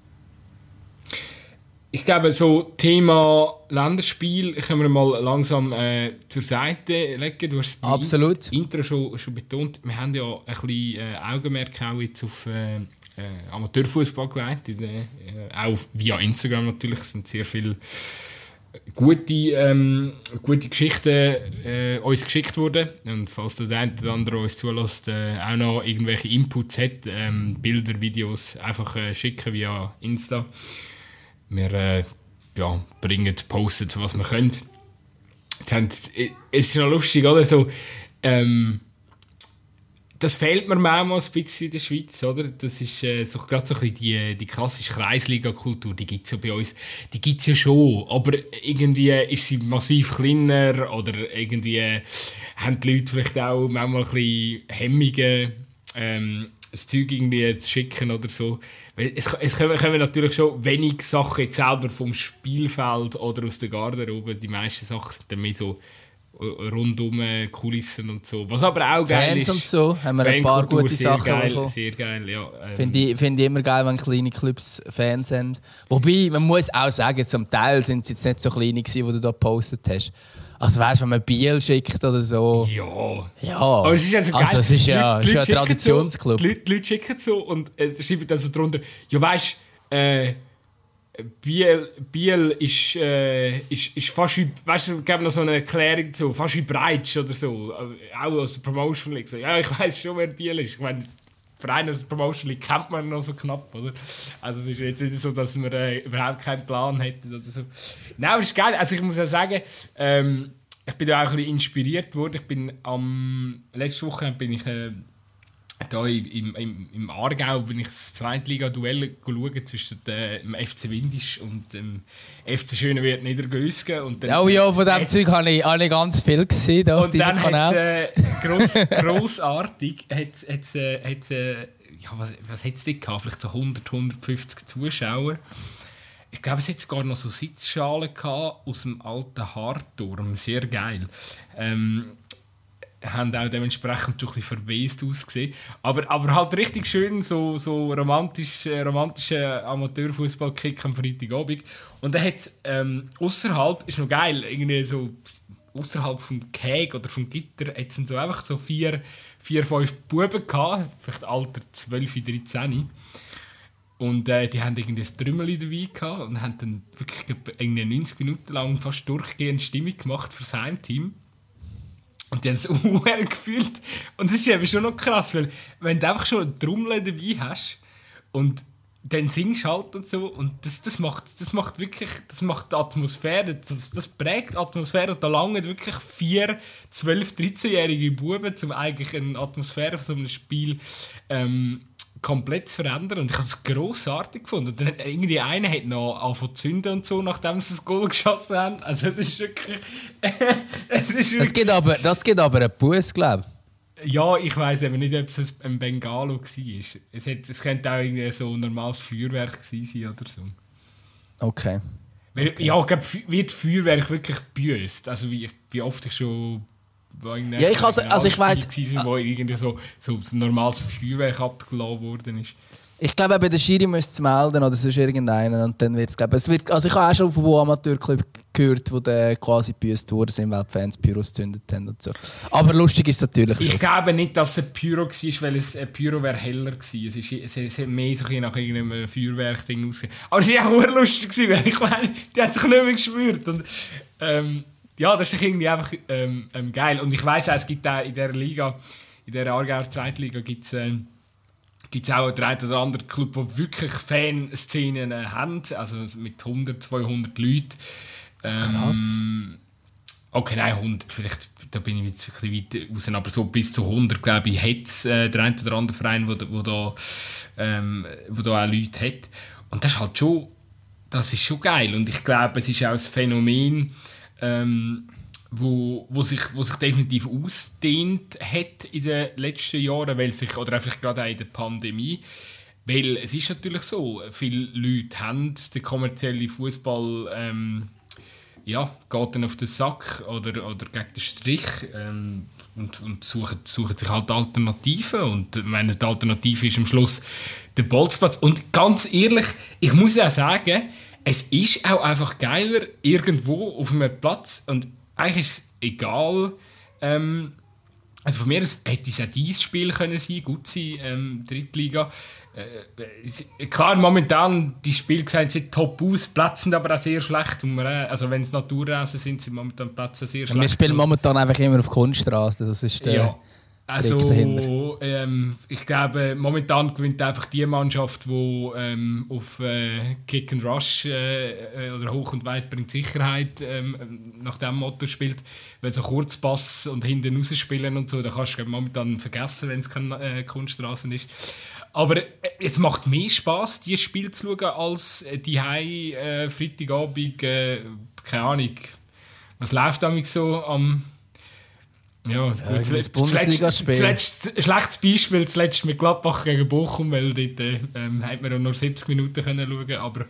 Ich glaube, so Thema Länderspiel können wir mal langsam äh, zur Seite legen. Du hast es im Intro schon, schon betont. Wir haben ja ein bisschen äh, Augenmerk auch jetzt auf... Äh, Äh, Amateurfußball geleitet, äh, auch via Instagram natürlich sind sehr viele gute, ähm, gute Geschichten äh, uns geschickt worden. Und falls der eine oder andere uns zulässt, äh, auch noch irgendwelche Inputs hat, ähm, Bilder, Videos, einfach äh, schicken via Insta. Wir äh, ja, bringen, posten, was wir können. Haben, es ist noch lustig, oder? So, ähm, das fehlt mir manchmal ein bisschen in der Schweiz, oder? Das ist äh, so, gerade so ein bisschen die, die klassische Kreisliga-Kultur, die gibt es ja bei uns. Die gibt es ja schon, aber irgendwie ist sie massiv kleiner oder irgendwie äh, haben die Leute vielleicht auch manchmal ein bisschen Hemmungen, ähm, das Zeug irgendwie zu schicken oder so. Weil es, es kommen, kommen natürlich schon wenig Sachen jetzt selber vom Spielfeld oder aus der Garderobe. Die meisten Sachen sind dann mehr so rundum Kulissen und so. Was aber auch geil Fans ist. und so, haben wir ein paar gute sehr Sachen geil, bekommen. Sehr geil, ja. Ähm. Finde ich, find ich immer geil, wenn kleine Clubs Fans sind. Wobei, man muss auch sagen, zum Teil sind es jetzt nicht so kleine gewesen, die du da gepostet hast. Also weißt du, wenn man Biel schickt oder so. Ja. Ja. Aber es ist ja so geil. Also es ist ja, die Leute, ist ja ein Traditionsclub. So, die, Leute, die Leute schicken so und äh, schreiben dann so drunter, ja weißt du, äh, Biel, Biel ist, äh, ist, ist fast wie, weißt du, es gibt noch so eine Erklärung so, fast wie Breitsch oder so, auch aus der Promotion League. So, ja, ich weiss schon, wer Biel ist. Ich meine, Vereine aus der Promotion League kennt man noch so knapp, oder? Also es ist jetzt nicht so, dass wir äh, überhaupt keinen Plan hätten oder so. Nein, aber es ist geil. Also ich muss ja sagen, ähm, ich bin da auch ein bisschen inspiriert worden. Ich bin am letzte Woche bin ich äh, da im, im, im Aargau bin ich das Zweitliga-Duell geschaut zwischen dem F C Windisch und dem F C Schönewert Niedergösgen. Und dann, oh ja, von diesem Zeug habe ich, hab ich ganz viel gesehen. Da und dann hat es äh, gross, grossartig hat's, hat's, äh, hat's, äh, ja, was, was hat es gehabt? Vielleicht so hundert, hundertfünfzig Zuschauer. Ich glaube, es hat sogar noch so Sitzschalen gehabt aus dem alten Hardturm. Sehr geil. Ähm, haben auch dementsprechend schon ein bisschen verwaist ausgesehen. Aber, aber halt richtig schön, so, so romantisch, äh, romantischer Amateurfußball-Kick am Freitagabend. Und dann hat ähm, ausserhalb, ist noch geil, irgendwie so außerhalb vom Keg oder vom Gitter hat es so einfach so vier, vier, fünf Buben gehabt, vielleicht Alter zwölf, dreizehn. Und äh, die haben irgendwie ein Trümmeli dabei gehabt und haben dann wirklich irgendwie neunzig Minuten lang fast durchgehend Stimmung gemacht für das Heimteam. Und die haben es auch gefühlt. Und das ist eben schon noch krass, weil wenn du einfach schon eine Trommel dabei hast und dann singst du halt und so, und das, das, macht, das macht wirklich, das macht die Atmosphäre, das, das prägt die Atmosphäre, und da langen wirklich vier, zwölf, dreizehnjährige Buben, um eigentlich eine Atmosphäre von so einem Spiel ähm, komplett zu verändern, und ich habe es grossartig gefunden. Und dann hat irgendwie einer hat noch angefangen zu zünden und so, nachdem sie das Goal geschossen haben. Also das ist wirklich... es ist wirklich das, gibt aber, das gibt aber einen Bus, glaube ich. Ja, ich weiss eben nicht, ob es ein Bengalo war. Es, hat, es könnte auch irgendwie so ein normales Feuerwerk sein oder so. Okay. Weil, okay. Ja, ich glaube, wird Feuerwerk wirklich gebüßt? Also wie, wie oft ich schon... Ja, ich also, also ich weiss... wo irgendwie so, so ein normales Feuerwerk abgelassen worden ist. Ich glaube, bei der Schiri müsste es melden oder sonst irgendeinen, und dann wird es, glaube ich... Also ich habe auch schon von einem Amateurclub gehört, wo dann quasi gebüßt worden sind, weil die Fans Pyros gezündet haben und so. Aber lustig ist es natürlich Ich schon. glaube nicht, dass es ein Pyro war, weil es ein Pyro wäre heller gewesen. Es, ist, es, es hat mehr so nach irgendeinem Feuerwerk-Ding ausgesehen. Aber es war auch lustig gewesen, weil ich meine, die hat sich nicht mehr gespürt. Und, ähm, ja, das ist irgendwie einfach ähm, ähm, geil. Und ich weiss auch, es gibt auch in dieser Liga, in dieser Aargauer Zweitliga, gibt es ähm, auch den einen oder anderen Club, der wirklich Fanszenen haben, also mit hundert, zweihundert Leuten. Ähm, Krass. Okay, nein, hundert, vielleicht, da bin ich jetzt ein bisschen weit raus, aber so bis zu hundert, glaube ich, hat es äh, der eine oder andere Verein, wo, wo, da, ähm, wo da auch Leute hat. Und das ist halt schon, das ist schon geil. Und ich glaube, es ist auch ein Phänomen, ähm, wo, wo, sich, wo sich definitiv ausdehnt hat in den letzten Jahren, weil sich, oder einfach gerade auch in der Pandemie. Weil es ist natürlich so, viele Leute haben den kommerziellen Fußball, ähm, ja, geht dann auf den Sack oder, oder gegen den Strich, ähm, und, und suchen, suchen sich halt Alternativen. Und ich meine, die Alternative ist am Schluss der Bolzplatz. Und ganz ehrlich, ich muss auch sagen, es ist auch einfach geiler irgendwo auf einem Platz, und eigentlich ist es egal, ähm, also von mir aus hätte es auch dieses Spiel können sein, gut sein, ähm, Drittliga. Äh, klar, momentan, die Spiele sehen top aus, Plätze sind aber auch sehr schlecht. Und wir, also wenn es Naturrasen sind, sind momentan Plätze sehr schlecht. Wir spielen momentan einfach immer auf Kunststraße, das ist der ja. Also, dahinter. Ähm, ich glaube, momentan gewinnt einfach die Mannschaft, die ähm, auf äh, Kick and Rush äh, oder hoch und weit bringt Sicherheit ähm, nach dem Motto spielt. Weil so Kurzpass und hinten raus spielen und so, da kannst du momentan vergessen, wenn es keine äh, Kunststraße ist. Aber äh, es macht mehr Spass, dieses Spiel zu schauen, als die Hei äh, Freitagabend, äh, keine Ahnung, was läuft damals so am... Ja, gut, ja, das Bundesligaspiel. Schlechtes Beispiel, zuletzt mit Gladbach gegen Bochum, weil dort ähm, hat man nur siebzig Minuten können schauen, aber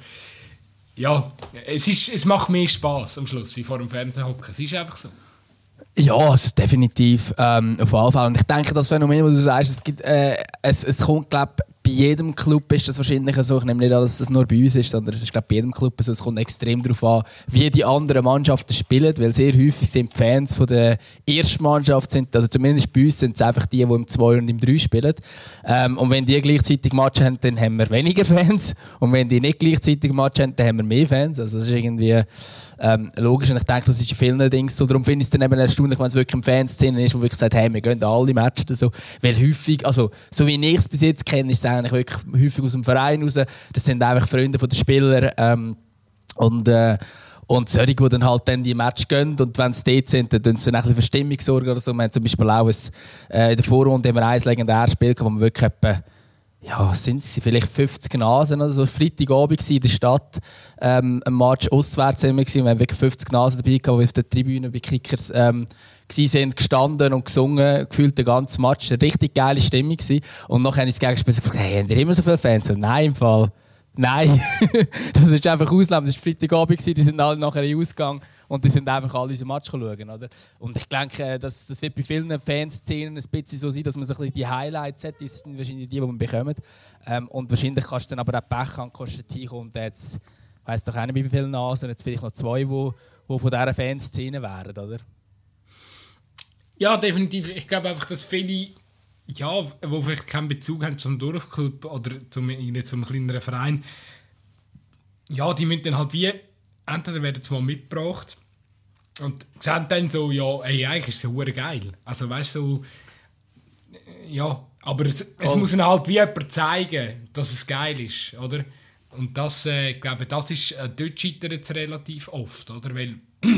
ja, es, ist, es macht mehr Spass am Schluss, wie vor dem Fernsehen hocken. Es ist einfach so. Ja, also definitiv, ähm, auf jeden Fall. Und ich denke, das Phänomen, das du sagst, es, gibt, äh, es, es kommt, glaube ich, bei jedem Club ist das wahrscheinlich so. Ich nehme nicht an, dass das nur bei uns ist, sondern es ist, glaube ich, bei jedem Club so. Es kommt extrem darauf an, wie die anderen Mannschaften spielen, weil sehr häufig sind die Fans von der ersten Mannschaft, sind, also zumindest bei uns, sind es einfach die, die im zwei und im drei spielen. Ähm, und wenn die gleichzeitig Match haben, dann haben wir weniger Fans. Und wenn die nicht gleichzeitig Match haben, dann haben wir mehr Fans. Also das ist irgendwie... Ähm, logisch, und ich denke, das ist in vielen Dingen so. Darum finde ich es dann eben erstaunlich, wenn es wirklich eine Fanszene ist, die wirklich sagt, hey, wir gehen alle Matches oder so. Weil häufig, also so wie ich es bis jetzt kenne, ist es eigentlich wirklich häufig aus dem Verein raus. Das sind einfach Freunde der Spieler. Ähm, und, äh, und solche, die dann halt dann die Match gehen, und wenn sie dort sind, dann tun sie dann ein bisschen für Stimmung sorgen oder so. Wir haben zum Beispiel auch ein, äh, in der Vorrunde immer ein legendäres Spiel, wo wir wirklich etwa, ja, sind es vielleicht fünfzig Nasen oder so. Freitagabend in der Stadt, ähm, ein Match auswärts immer gewesen. Wir haben wirklich fünfzig Nasen dabei gehabt, die auf der Tribüne bei Kickers ähm, sind, gestanden und gesungen, gefühlt den ganzen Match. Eine richtig geile Stimmung gewesen. Und nachher habe ich das Gegenspiel gefragt, hey, haben ihr immer so viele Fans? Und nein, im Fall. Nein, das ist einfach Ausland. Das war Freitagabend, die sind alle nachher in Ausgang und die sind einfach alle unseren Match schauen. Oder? Und ich denke, das, das wird bei vielen Fanszenen ein bisschen so sein, dass man so ein bisschen die Highlights hat. Das sind wahrscheinlich die, die man bekommt. Ähm, und wahrscheinlich kannst du dann aber auch Pech haben, kostet hinkommen. Und jetzt, ich weiss doch auch nicht, wie viele Nasen, jetzt vielleicht noch zwei, die, die von dieser Fanszene wären. Oder? Ja, definitiv. Ich glaube einfach, dass viele, ja, die vielleicht keinen Bezug haben zum Dorfclub oder zum, zum kleineren Verein, ja, die müssen dann halt wie, entweder werden sie mal mitgebracht und sehen dann so, ja, ey, eigentlich ist es so geil. Also weißt du, so, ja, aber es, es muss ihnen halt wie jemand zeigen, dass es geil ist, oder? Und das, äh, ich glaube, das ist, äh, dort scheitert es relativ oft, oder? Weil,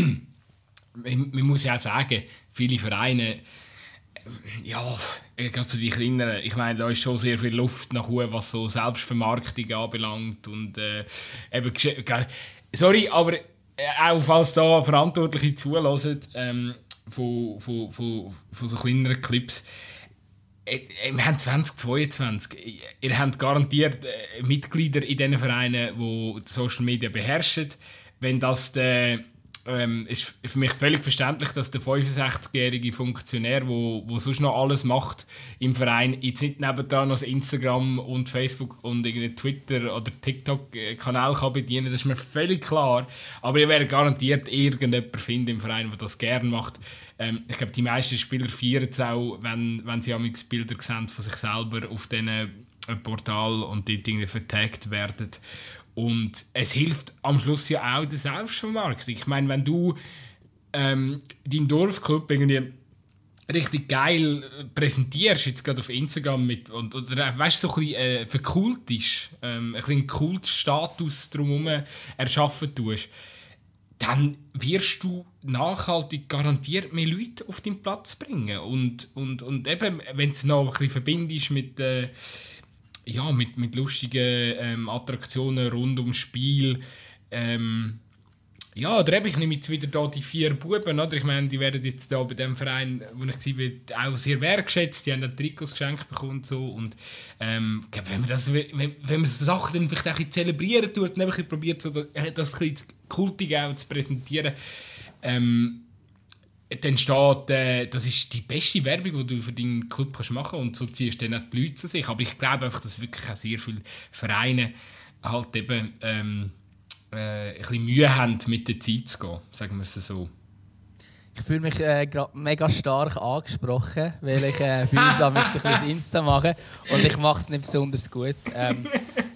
man, man muss ja auch sagen, viele Vereine, äh, ja, gerade so die kleineren, ich meine, da ist schon sehr viel Luft nach oben, was so Selbstvermarktung anbelangt und äh, eben, sorry, aber äh, auch falls da Verantwortliche zulassen, ähm, von, von, von, von so kleineren Clips, wir haben zwanzig zweiundzwanzig. Ihr habt garantiert äh, Mitglieder in diesen Vereinen, die Social Media beherrschen. Wenn das der, ähm, ist für mich völlig verständlich, dass der fünfundsechzigjährige Funktionär, der wo, wo sonst noch alles macht im Verein, jetzt nicht nebendran noch Instagram und Facebook und irgendeinen Twitter- oder TikTok-Kanal kann bedienen. Das ist mir völlig klar. Aber ihr werdet garantiert irgendjemanden finden im Verein, der das gerne macht. Ähm, ich glaube, die meisten Spieler feiern es auch, wenn, wenn sie Bilder sehen von sich selber auf diesen äh, Portalen und dort irgendwie vertagt werden. Und es hilft am Schluss ja auch der Selbstvermarktung. Ich meine, wenn du ähm, deinen Dorfclub irgendwie richtig geil präsentierst, jetzt gerade auf Instagram mit, und, oder weißt du, so ein bisschen äh, verkult ist, ähm, ein bisschen Kultstatus drumherum erschaffen tust, dann wirst du nachhaltig garantiert mehr Leute auf deinen Platz bringen. Und, und, und eben, wenn du es noch ein bisschen verbindest mit, äh, ja, mit, mit lustigen ähm, Attraktionen rund ums Spiel, ähm, ja, oder eben, ich nehme jetzt wieder da die vier Buben, oder? Ich meine, die werden jetzt da bei dem Verein, wo ich war, auch sehr wertgeschätzt, die haben dann Trikots geschenkt bekommen und so. Und ähm, wenn man das, wenn, wenn man so Sachen dann vielleicht auch ein bisschen zelebrieren tut und ein bisschen probiert, so das, das ein bisschen kultig auch zu präsentieren, ähm, dann steht, äh, das ist die beste Werbung, die du für deinen Club kannst machen kannst, und so ziehst du dann auch die Leute zu sich. Aber ich glaube einfach, dass wirklich auch sehr viele Vereine halt eben ähm, äh, ein bisschen Mühe haben, mit der Zeit zu gehen, sagen wir es so. Ich fühle mich äh, gerade mega stark angesprochen, weil ich äh, bei uns ein bisschen Insta mache und ich mache es nicht besonders gut. Ähm,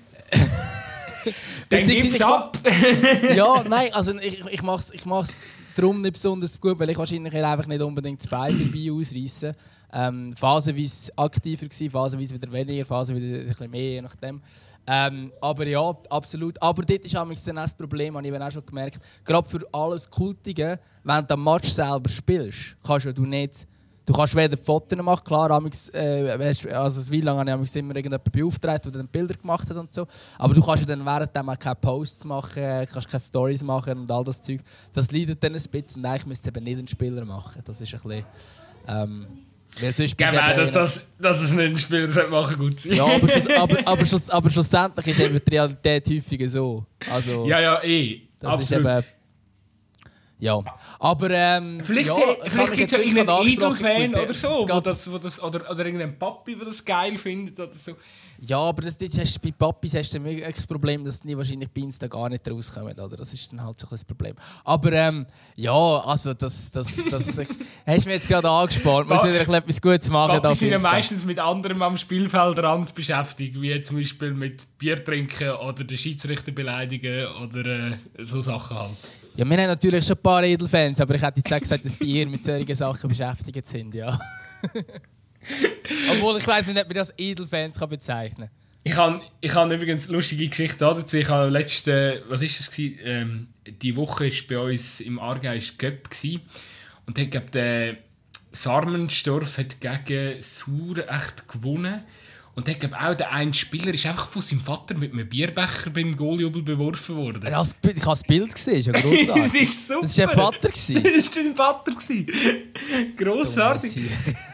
Dann gib's ab! Ja, nein, also ich, ich mache es ich mach's darum nicht besonders gut, weil ich wahrscheinlich einfach nicht unbedingt das Bein dabei ausreissen. Ähm, phasenweise aktiver gewesen, phasenweise wieder weniger, phasenweise wieder ein bisschen mehr, je nachdem. Ähm, aber ja, absolut. Aber dort ist auch das Problem, habe ich eben auch schon gemerkt, gerade für alles Kultige, wenn du am Match selber spielst, kannst du nicht, du kannst weder Fotos machen, klar, amigs, äh, also wie lange habe ich immer irgendjemand beauftragt, der dann Bilder gemacht hat und so, aber du kannst ja dann währenddem auch keine Posts machen, kannst keine Stories machen und all das Zeug. Das leidet dann ein bisschen und eigentlich müsste es eben nicht ein Spieler machen. Das ist ein bisschen... Ähm, Weil sonst genau, dass, das, dass es nicht ein Spieler machen gut sein. Ja, aber, schluss, aber, aber, schluss, aber schlussendlich ist eben die Realität häufiger so. Also, ja, ja, eh. Das absolut. Ist eben, ja, aber ähm, vielleicht, ja, vielleicht gibt es ja irgendeinen Idol-Fan oder so, das, wo das, wo das, oder, oder irgendein Papi, der das geil findet oder so. Ja, aber das, das hast, bei Papis hast du wirklich das Problem, dass die wahrscheinlich bei Insta gar nicht rauskommen. Oder? Das ist dann halt so ein das Problem. Aber ähm, ja, also das, das, das, das hast du mir jetzt gerade angespannt. Muss wieder etwas Gutes machen. Papis sind ja meistens mit anderem am Spielfeldrand beschäftigt, wie zum Beispiel mit Bier trinken oder den Schiedsrichter beleidigen oder äh, so Sachen halt. Ja, wir haben natürlich schon ein paar Edelfans, aber ich hätte jetzt auch gesagt, dass die eher mit solchen Sachen beschäftigt sind, ja. Obwohl, ich weiss nicht, ob man das als Edelfans kann bezeichnen kann. Ich habe ich hab übrigens eine lustige Geschichte dazu. Ich habe letzte, was ist das gewesen? Ähm, die Woche war bei uns im Aargau Göpp gewesen. Und dort gab der Sarmenstorf hat gegen Sur echt gewonnen. Und dort gab auch der eine Spieler ist einfach von seinem Vater mit einem Bierbecher beim Goaljubel beworfen worden. Ja, ich habe das Bild gesehen, ist ja grossartig. Das ist super. Das war dein Vater. Das war dein Vater. Grossartig.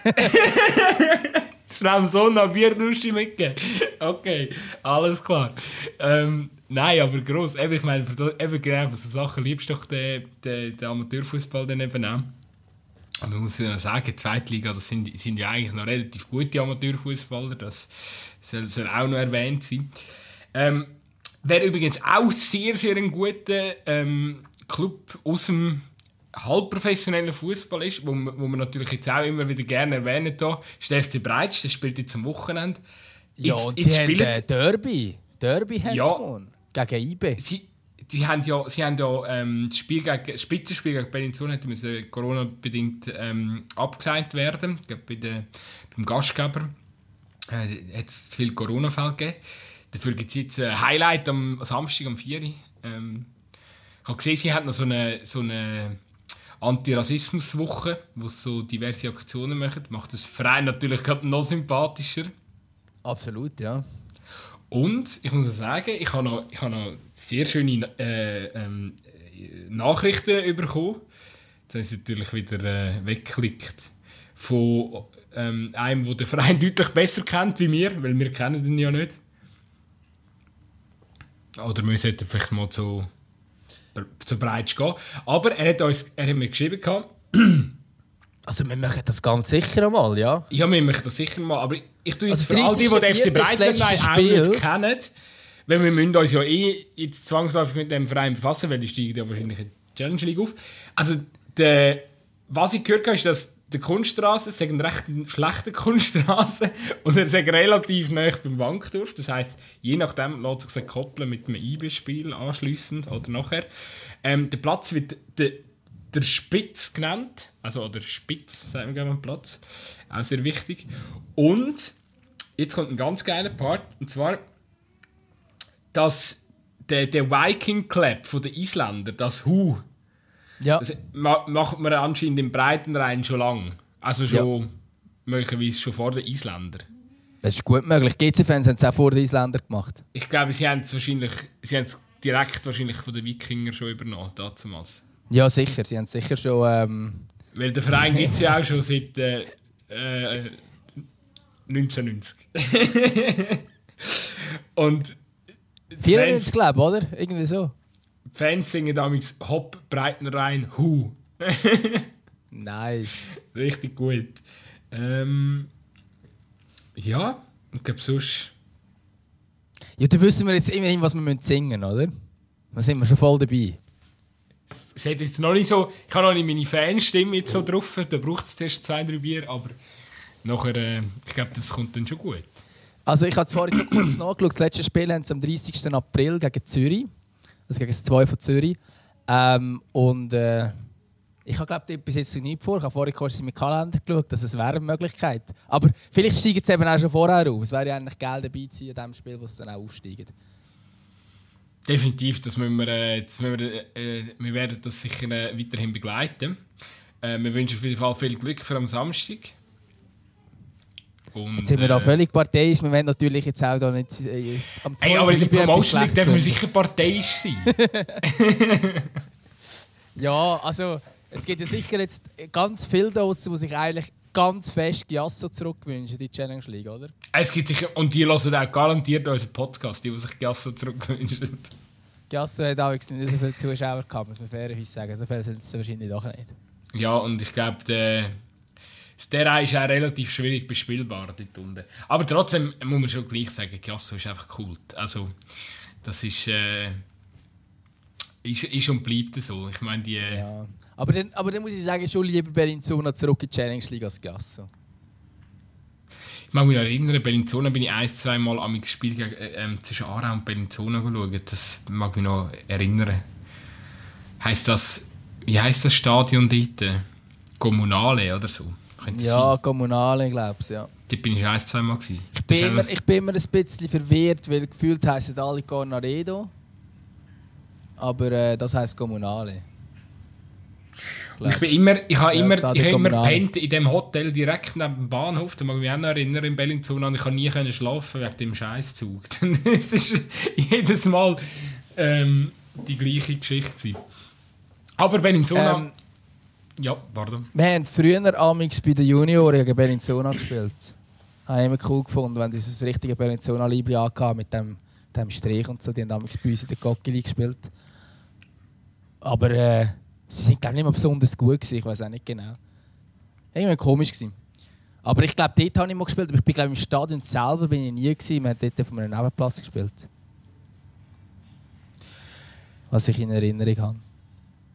Schnell dem Sohn noch Bierdusche mitgeben. Okay, alles klar. Ähm, nein, aber gross. Eben, ich meine, für, eben genau für so Sachen liebst du doch den, den, den Amateurfußball dann eben auch. Aber man muss ja sagen, die Zweitliga, das sind, sind ja eigentlich noch relativ gute Amateurfußballer. Das soll, soll auch noch erwähnt sein. Ähm, Wer übrigens auch sehr, sehr ein guter ähm, Club aus dem halbprofessioneller Fußball ist, wo man, wo man natürlich jetzt auch immer wieder gerne erwähnen da, ist der F C Breitsch, der spielt jetzt am Wochenende. Ja, jetzt, und jetzt sie haben spielen äh, Derby. Derby haben Ja. sie gewonnen. Gegen I B. Sie, die haben ja, sie haben ja ähm, das, Spiel gegen, das Spitzenspiel gegen Bellinzona müssen Corona-bedingt ähm, abgesagt werden. Ich glaube, bei der, beim Gastgeber äh, hat es zu viele Corona-Fälle gegeben. Dafür gibt es jetzt ein Highlight am Samstag um vier Uhr. Ähm, ich habe gesehen, sie haben noch so eine, so eine Antirassismus-Woche, wo sie so diverse Aktionen machen. Macht das Verein natürlich gerade noch sympathischer. Absolut, ja. Und ich muss sagen, ich habe noch, ich habe noch sehr schöne äh, ähm, Nachrichten bekommen. Das haben sie natürlich wieder äh, weggeklickt. Von ähm, einem, der den Verein deutlich besser kennt wie wir, weil wir kennen ihn ja nicht. Oder wir sollten vielleicht mal zu, zu Breitsch gehen. Aber er hat, uns, er hat mir geschrieben, Also wir machen das ganz sicher einmal, ja. ja, wir machen das sicher mal, aber ich tue jetzt Also für all die, die den F C Breitenrein auch Spiel. nicht kennen, weil wir müssen uns ja eh jetzt zwangsläufig mit dem Verein befassen, weil die steigen ja wahrscheinlich in die Challenge League auf. Also, der, was ich gehört habe, ist, dass die Kunststraße, es ist eine recht schlechte Kunststraße und er ist relativ nah beim Wankdorf. Das heisst, je nachdem lässt sich koppeln mit einem I B-Spiel anschliessend oder nachher. Ähm, der Platz wird der, der Spitz genannt, also oder Spitz, sagen wir gerne mal Platz, auch sehr wichtig. Und jetzt kommt ein ganz geiler Part, und zwar, dass der, der Viking Club von den Isländern, das Hu, Ja. das ma- macht man anscheinend im Breitenrhein schon lange. Also schon, ja. möglicherweise schon vor den Isländern. Das ist gut möglich. G C-Fans haben es auch vor den Isländern gemacht. Ich glaube, sie haben es wahrscheinlich, sie haben es direkt wahrscheinlich von den Wikingern schon übernommen, damals. Ja, sicher. Sie haben es sicher schon... Ähm... Weil der Verein gibt es ja auch schon seit äh, äh, neunzehnhundertneunzig. Und vierundneunzig, glaube ich, oder? Irgendwie so. Die Fans singen damals Hopp, Breitenrhein, Hu. Nice. Richtig gut. Ähm, ja, ich glaube sonst... Ja, dann wissen wir jetzt immerhin, was wir singen müssen, oder? Dann sind wir schon voll dabei. Es hat jetzt noch nicht so... Ich habe noch nicht meine Fanstimme jetzt so drauf. Da braucht es zuerst zwei, drei Bier, aber nachher... Äh, ich glaube, das kommt dann schon gut. Also ich habe vorhin noch kurz nachgeschaut. Das letzte Spiel haben sie am dreißigsten April gegen Zürich. Also gegen das zwei von Zürich. Ähm, und äh, ich habe glaube bis jetzt nicht vor. Ich habe vorhin kurz in meinen Kalender geschaut, dass es wäre eine Möglichkeit. Aber vielleicht steigen sie eben auch schon vorher auf. Es wäre ja eigentlich geil dabei zu sein in dem Spiel, wo sie dann auch aufsteigen. Definitiv, das müssen wir, äh, das müssen wir, äh, wir werden das sicher äh, weiterhin begleiten. Äh, wir wünschen auf jeden Fall viel Glück für am Samstag. Und, jetzt sind wir da äh, völlig parteiisch. Wir wollen natürlich jetzt auch da nicht äh, am Ey, aber in der Promotion League dürfen wir sicher parteiisch sein. Ja, also es gibt ja sicher jetzt ganz viele da draussen, die sich eigentlich ganz fest Giasso zurückwünschen, die Challenge League, oder? Es gibt sicher, und die hören auch garantiert unseren Podcast, die, die sich Giasso zurückwünschen. Giasso hat auch nicht so viele Zuschauer gehabt, muss man fairerweise sagen. So viele sind es wahrscheinlich doch nicht. Ja, und ich glaube, der das Terrain ist auch relativ schwierig bespielbar dort unten. Aber trotzdem muss man schon gleich sagen, Giasso ist einfach Kult. Also, das ist, äh, ist, ist und bleibt so. Ich meine, die... Äh, Ja. Aber, dann, aber dann muss ich sagen, schon lieber Bellinzona zurück in die Challenge League als Giasso. Ich mag mich noch erinnern, Bellinzona bin ich ein, zwei Mal am Spiel gegen, äh, zwischen Aarau und Bellinzona geschaut. Das mag mich noch erinnern. Heisst das, wie heisst das Stadion dort? Kommunale oder so? Ja, Kommunale, glaube ich, ja. Dort bin ich ein, zwei Mal. Gewesen. Ich bin, immer, ich bin immer ein bisschen verwirrt, weil gefühlt heissen alle Cornaredo. Aber äh, das heisst Kommunale. Ich bin immer, ich habe Ja, immer, Stadion ich habe immer Kommunale. gepennt in dem Hotel direkt neben dem Bahnhof. Da mag ich mich auch noch erinnern, in Bellinzona. Und ich konnte nie können schlafen wegen dem Scheißzug. Es ist jedes Mal ähm, die gleiche Geschichte gewesen. Aber Bellinzona... Ähm, ja, pardon. Wir haben früher amix bei den Junioren gegen Bellinzona gespielt. Habe ich immer cool gefunden, wenn dieses richtige Bellinzona-Libri angehabt mit dem, dem Strich und so. Die haben amix bei uns in der Cockili gespielt. Aber äh, sie sind glaube ich nicht mehr besonders gut gewesen. Ich weiß auch nicht genau. Irgendwie komisch gewesen. Aber ich glaube, dort habe ich mal gespielt. Aber ich bin glaube im Stadion selber bin ich nie gewesen. Wir haben dort auf einem Nebenplatz gespielt. Was ich in Erinnerung habe.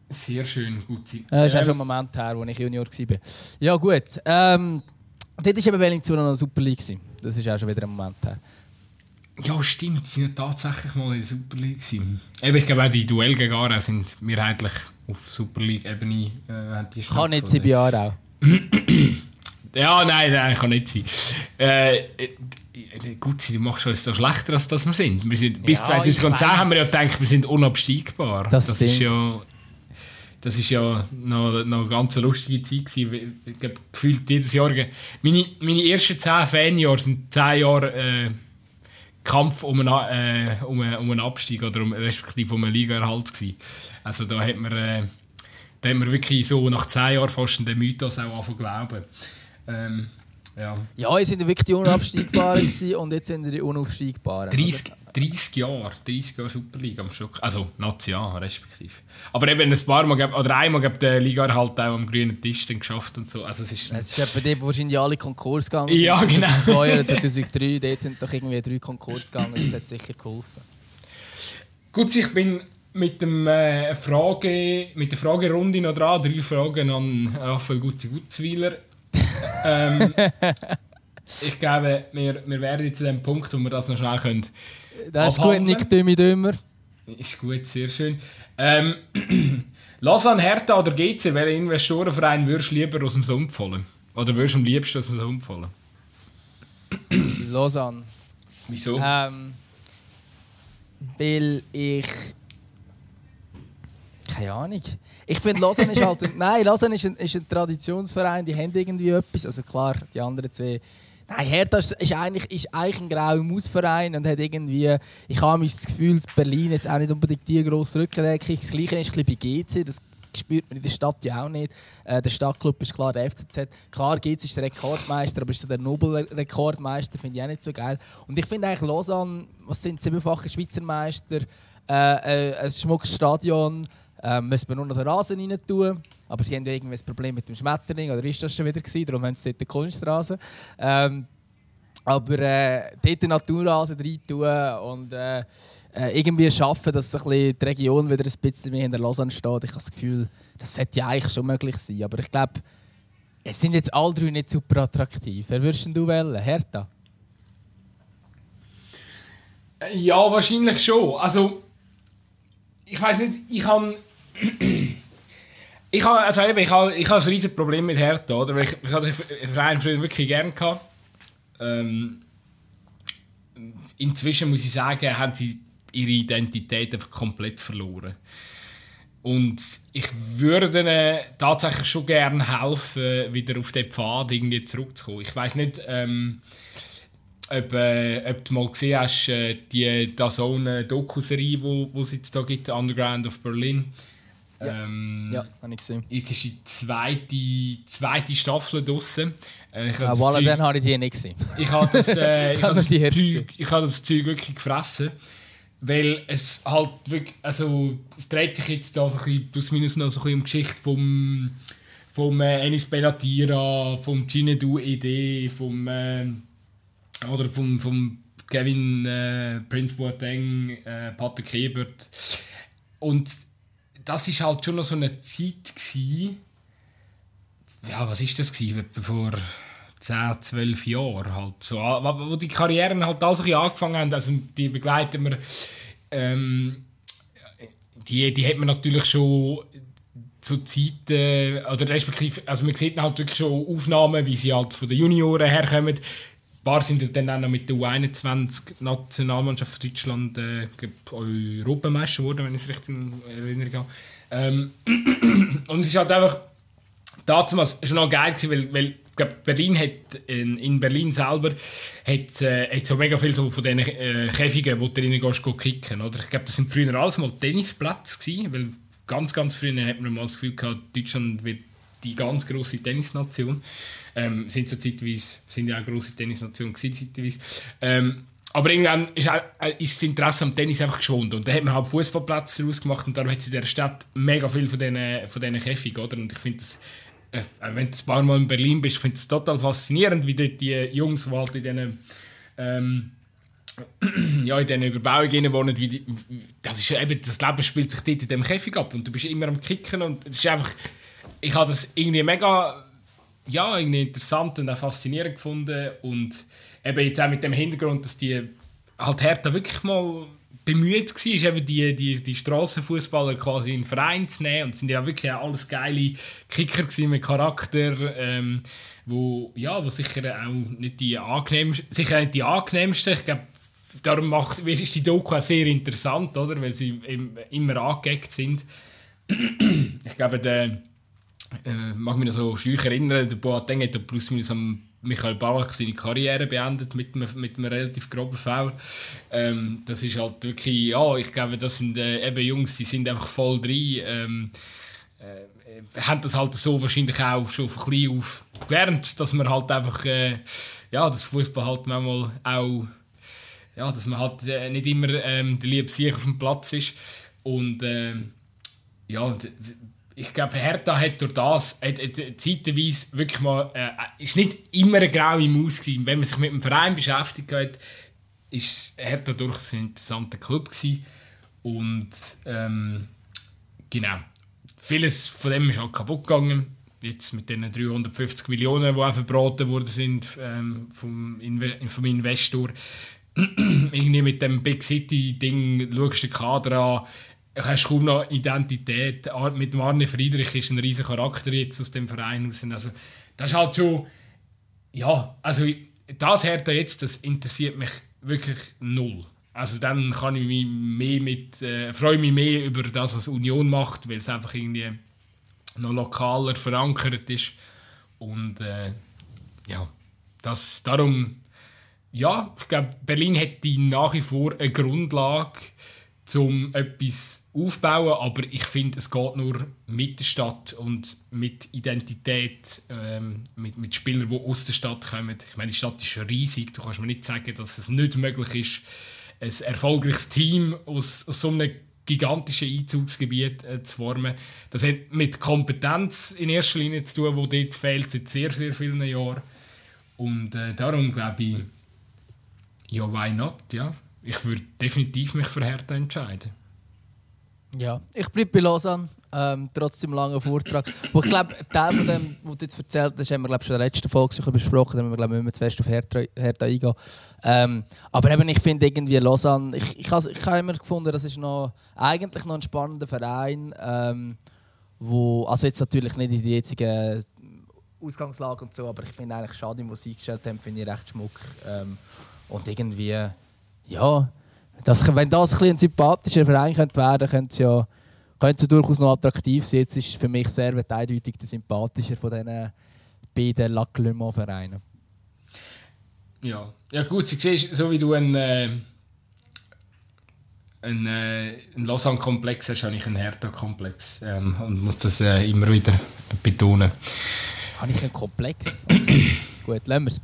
Sehr schön, gut sein. Äh, das ist ähm, auch schon ein Moment her, als ich Junior war. Ja gut, ähm, dort war eben Wellington noch eine Super League. Das ist auch schon wieder ein Moment her. Ja, stimmt, die sind ja tatsächlich mal in der Super League gewesen. Eben, ich glaube auch die Duell gegen Aarau sind mehrheitlich auf Super League-Ebene äh, Kann nicht sein bei Aarau. Ja, nein, nein, kann nicht sein. Äh, gut, du machst uns so schlechter, als das wir sind. Wir sind bis Ja, zwanzig zehn haben wir ja gedacht, wir sind unabsteigbar. Das, das ist ja, das ist ja noch, noch eine ganz lustige Zeit gewesen. Ich glaube, gefühlt jedes Jahr. Meine, meine ersten zehn Fanjahre sind zehn Jahre äh, Kampf um einen, äh, um, einen, um einen Abstieg oder um, respektive um einen Ligaerhalt gewesen. Also da hat man, äh, da hat man wirklich so nach zehn Jahren fast den Mythos auch angefangen zu glauben. Ähm, ja. Ja, ihr seid wirklich die Unabsteigbaren und jetzt sind ihr die Unaufsteigbaren. dreißig, dreißig Jahre, dreißig Jahre Superliga am Stück. Also National respektive. Aber eben ein paar Mal, oder einmal hat der Ligaerhalt auch am grünen Tisch dann geschafft und so. Also es ist, es ist etwa dort, wo wahrscheinlich alle Konkurs gegangen sind. Ja, genau. zweitausendzwei, zweitausenddrei, dort sind doch irgendwie drei Konkurs gegangen. Das hat sicher geholfen. Gut, ich bin mit, dem, äh, Frage, mit der Fragerunde noch dran. Drei Fragen an Raphael Gutzi-Gutzweiler. ähm, ich glaube, wir, wir werden jetzt an dem Punkt, wo wir das noch schnell können. Das ist gut, Nick Dümmi Dümmer. Ist gut, sehr schön. Ähm, Lausanne, Hertha oder G C, welchen Investorenverein würdest du lieber aus dem Sumpf holen? Oder würdest du am liebsten aus dem Sumpf holen? Lausanne. Wieso? Ähm, weil ich... Keine Ahnung. Ich finde, Lausanne ist halt... Ein, nein, Lausanne ist ein, ist ein Traditionsverein, die haben irgendwie etwas. Also klar, die anderen zwei... Nein, Hertha ist, ist, eigentlich, ist eigentlich ein grauer Mausverein und hat irgendwie... Ich habe das Gefühl, dass Berlin jetzt auch nicht unbedingt die grosse Rückendeckung. Das Gleiche ist ein bisschen bei G C, das spürt man in der Stadt ja auch nicht. Äh, der Stadtclub ist klar der F C Z. Klar, G C ist der Rekordmeister, aber ist so der Nobel-Rekordmeister, finde ich auch nicht so geil. Und ich finde eigentlich Lausanne, was sind siebenfache Schweizer Meister, äh, äh, ein schmuckes Stadion, äh, müssen wir nur noch den Rasen rein tun. Aber sie haben ja irgendwie ein Problem mit dem Schmetterling, oder ist das schon wieder gewesen? Darum haben sie dort den Kunstrasen. Ähm, aber äh, dort den Naturrasen rein tun und äh, äh, irgendwie schaffen, dass so ein bisschen die Region wieder ein bisschen mehr in der Lausanne steht. Ich habe das Gefühl, das sollte ja eigentlich schon möglich sein. Aber ich glaube, es sind jetzt alle drei nicht super attraktiv. Wer würdest du wählen? Hertha? Ja, wahrscheinlich schon. Also, ich weiß nicht, ich habe... Ich habe also ich habe, ich habe ein riesiges Problem mit Hertha, oder? Ich, ich habe den Verein früher wirklich gerne gehabt. Ähm, inzwischen muss ich sagen, haben sie ihre Identität einfach komplett verloren. Und ich würde ihnen tatsächlich schon gerne helfen, wieder auf den Pfad irgendwie zurückzukommen. Ich weiss nicht, ähm, ob, äh, ob du mal gesehen hast, äh, die DAZN-Doku-Serie, die es jetzt da gibt, Underground of Berlin. Ja, ähm, ja habe ich gesehen. Jetzt ist die zweite, zweite Staffel draussen. Äh, ich ah, voilà, dann habe ich die nicht gesehen. Ich habe das, äh, ich habe das, die Zeug, ich habe das Zeug wirklich gefressen. Weil es halt wirklich, also es dreht sich jetzt da so ein bisschen, plus minus noch so ein bisschen um die Geschichte vom, vom äh, Enis Benatira, vom Chinedou Ede, vom, äh, oder vom, vom Kevin äh, Prince Boateng, äh, Patrick Ebert. Und das war halt schon noch so eine Zeit gewesen, ja, was ist das gewesen, vor zehn, zwölf Jahren halt so, wo die Karrieren halt all so angefangen haben, also die begleiten wir, ähm, die, die hat man natürlich schon zu Zeiten, oder respektive, also man sieht halt wirklich schon Aufnahmen, wie sie halt von den Junioren herkommen. Ein paar sind dann auch noch mit der U einundzwanzig-Nationalmannschaft von Deutschland äh, Europameister geworden, wenn ich es richtig in Erinnerung habe. Ähm, und es ist halt einfach damals schon noch geil gewesen, weil, weil ich glaube, Berlin hat, in, in Berlin selber hat, äh, hat so mega viel so von diesen äh, Käfigen, wo du rein gehst, go kicken, oder? Ich glaube, das sind früher alles mal Tennisplätze gewesen, weil ganz, ganz früher hat man mal das Gefühl gehabt, Deutschland wird die ganz grosse Tennisnation. Ähm, sind so zeitweise, sind ja auch grosse Tennisnation gewesen, zeitweise. Ähm, aber irgendwann ist, auch, ist das Interesse am Tennis einfach geschwunden. Und dann hat man halt Fußballplätze daraus gemacht und darum hat es in dieser Stadt mega viel von diesen, von diesen Käfigen, oder? Und ich finde das, äh, wenn du ein paar Mal in Berlin bist, finde ich es total faszinierend, wie dort die Jungs, die halt in diesen, ähm, ja, in diesen Überbauungen wohnen, wie die, das ist eben, das Leben spielt sich dort in diesem Käfig ab und du bist immer am Kicken und es ist einfach, ich habe das irgendwie mega, ja, irgendwie interessant und auch faszinierend gefunden und eben jetzt auch mit dem Hintergrund, dass die halt Hertha wirklich mal bemüht war, eben die, die, die Strassenfußballer quasi in den Verein zu nehmen und es sind ja wirklich auch alles geile Kicker mit Charakter, ähm, wo, ja, wo sicher auch nicht die angenehmsten, sicher nicht die angenehmsten, ich glaube, darum macht, ist die Doku auch sehr interessant, oder? Weil sie immer angeeckt sind. Ich glaube, der äh, mag mich noch so schüch erinnern, der Boateng hat plus minus am Michael Ballack seine Karriere beendet mit einem, mit einem relativ groben Foul. Ähm, das ist halt wirklich, ja, ich glaube, das sind äh, eben Jungs, die sind einfach voll drin. Ähm, äh, haben das halt so wahrscheinlich auch schon von klein auf gelernt, dass man halt einfach, äh, ja, das Fußball halt manchmal auch, ja, dass man halt äh, nicht immer ähm, der liebe Sieg auf dem Platz ist. Und äh, ja, ich glaube, Hertha hat durch das hat, hat, zeitweise wirklich mal, äh, ist nicht immer eine graue Maus gewesen. Wenn man sich mit dem Verein beschäftigt hat, ist Hertha durchaus ein interessanter Club gewesen. Und ähm, genau, vieles von dem ist halt kaputt gegangen. Jetzt mit den dreihundertfünfzig Millionen, die auch verbraten worden sind ähm, vom, Inve- vom Investor. Irgendwie mit dem Big City-Ding schaust du den Kader an, du hast kaum noch Identität. Mit Arne Friedrich ist ein riesiger Charakter jetzt aus dem Verein raus. Also, das ist halt schon, ja, also das Hertha jetzt, das interessiert mich wirklich null. Also dann kann ich mich mehr mit, äh, freue mich mehr über das, was Union macht, weil es einfach irgendwie noch lokaler verankert ist. Und äh, ja, das, darum, ja, ich glaube, Berlin hat die nach wie vor eine Grundlage, um etwas aufzubauen, aber ich finde, es geht nur mit der Stadt und mit Identität, ähm, mit, mit Spielern, die aus der Stadt kommen. Ich meine, die Stadt ist riesig, du kannst mir nicht sagen, dass es nicht möglich ist, ein erfolgreiches Team aus, aus so einem gigantischen Einzugsgebiet äh, zu formen. Das hat mit Kompetenz in erster Linie zu tun, die dort fehlt seit sehr, sehr vielen Jahren. Und äh, darum glaube ich, ja, why not, ja. Ich würde definitiv mich für Hertha entscheiden. Ja, ich bleibe bei Lausanne, ähm, trotzdem langen Vortrag. Wo ich glaube, Teil von dem, was du jetzt erzählt hast, haben wir glaub, schon in der letzten Folge besprochen, da müssen wir glaub, nicht mehr zu fest auf Hertha, Hertha eingehen. Ähm, aber eben, ich finde irgendwie Lausanne, ich, ich habe ich ha immer gefunden, das ist noch, eigentlich noch ein spannender Verein, ähm, wo, also jetzt natürlich nicht in die jetzige Ausgangslage und so, aber ich finde eigentlich schade, was sie eingestellt haben, finde ich recht schmuck. Ähm, und irgendwie, ja, das, wenn das ein, ein sympathischer Verein könnte werden könnte, es ja, könnte es durchaus noch attraktiv sein. Jetzt ist für mich sehr eindeutig der sympathischer von diesen beiden Lac Le Mans Vereinen. Ja. Ja gut, sie siehst, so wie du einen, äh, einen, äh, einen Lausanne-Komplex hast, habe ich einen Hertha-Komplex ähm, und muss das äh, immer wieder betonen. Habe ich einen Komplex? Gut, lassen wir es.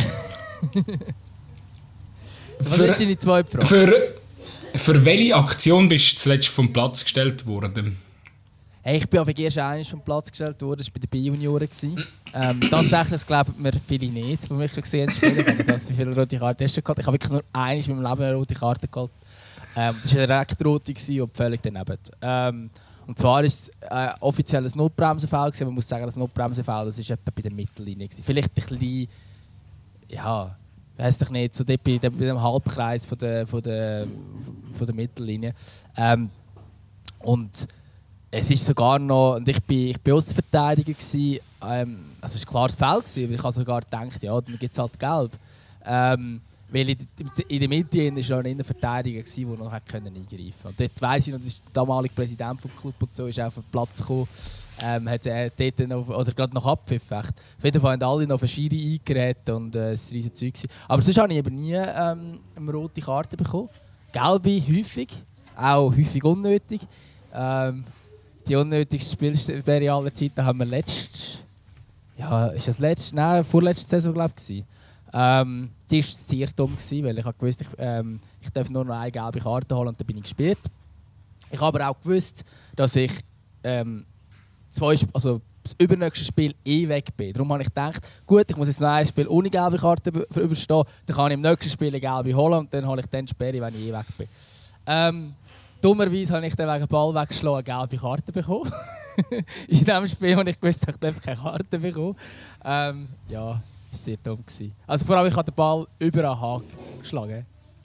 Was für, ist deine zweite Frage? Für, für welche Aktion bist du zuletzt vom Platz gestellt worden? Hey, ich bin aber erst einmal vom Platz gestellt worden, das war bei den B-Junioren. ähm, tatsächlich glauben mir viele nicht, die mich schon gesehen haben, sagen, dass wie viele rote Karten hast du gehabt. Ich habe wirklich nur einmal in meinem Leben eine rote Karte gehabt. Ähm, das war eine recht rote und völlig daneben. Ähm, und zwar war es ein offizielles Notbremsenfoul. Man muss sagen, das Notbremsenfoul das war etwa bei der Mittellinie. Vielleicht ein bisschen, ja, weiss doch nicht, so dort bei dem, bei dem Halbkreis von der, von der, von der Mittellinie. Ähm, und es ist sogar noch, und ich bin, ich bin Außenverteidiger gsi, ähm, also es war klar das Foul gsi, aber ich habe sogar gedacht, ja, dann gibt es halt Gelb. Ähm, weil in, in der Mitte war noch ein Innenverteidiger, der noch eingreifen konnte. Und dort weiss ich noch, der damalige Präsident des Clubs und so ist auf den Platz gekommen, ähm, hat äh, dort noch, oder gerade noch Abpfiff. Auf jeden Fall haben alle noch auf eine Schiri eingeredet und äh, es war ein riesen Zeug. Aber sonst habe ich eben nie ähm, eine rote Karte bekommen. Gelbe häufig, auch häufig unnötig. Ähm, die unnötigste Spielsperre aller Zeiten haben wir letztes, ja, ist das letzte, nein, vorletzte Saison glaube ich. Ähm, die war sehr dumm, weil ich wusste, ich, ähm, ich darf nur noch eine gelbe Karte holen und dann bin ich gespielt. Ich habe aber auch gewusst, dass ich ähm, zwei, also das übernächste Spiel eh weg bin. Darum habe ich gedacht, gut, ich muss jetzt noch ein Spiel ohne gelbe Karte überstehen, dann kann ich im nächsten Spiel eine gelbe holen und dann hole ich dann die Sperre, wenn ich eh weg bin. Ähm, dummerweise habe ich dann wegen Ball weggeschlagen eine gelbe Karte bekommen. In dem Spiel, wo ich gewusst habe, ich darf keine Karte bekommen. Ähm, ja, das war sehr dumm. Also vor allem, ich habe den Ball über einen Haken geschlagen.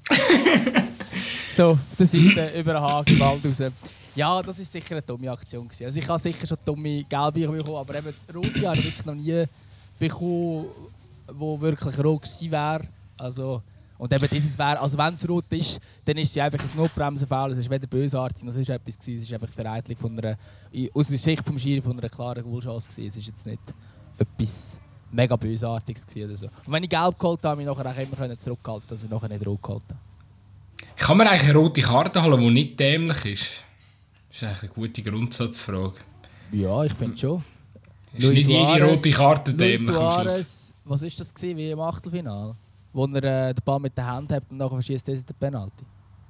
So, auf der Seite, über einen Haken, Ball raus. Ja, das war sicher eine dumme Aktion. Also ich habe sicher schon dumme Gelbe bekommen, aber eben rote habe ich wirklich noch nie bekommen, wo wirklich rot gewesen wäre. Also, und eben dieses wäre, also wenn es rot ist, dann ist es einfach ein Notbremsenfoul. Es ist weder bösartig, noch es ist etwas gewesen. Es ist einfach Vereitelung von einer, aus der Sicht vom Schiri von einer klaren Goalchance gewesen. Es ist jetzt nicht etwas mega Bösartiges gewesen oder so. Und wenn ich gelb geholt habe, habe ich nachher auch immer zurückgehalten, dass ich nachher nicht rot geholt habe. Kann man eigentlich eine rote Karte holen, die nicht dämlich ist? Das ist eigentlich eine gute Grundsatzfrage. Ja, ich finde schon. Ist Luis nicht jede Suarez, rote Karte dämlich Luis Suarez, was war das gewesen, wie im Achtelfinale? Wo er äh, den Ball mit der Hand hat und nachher verschießt er den Penalty.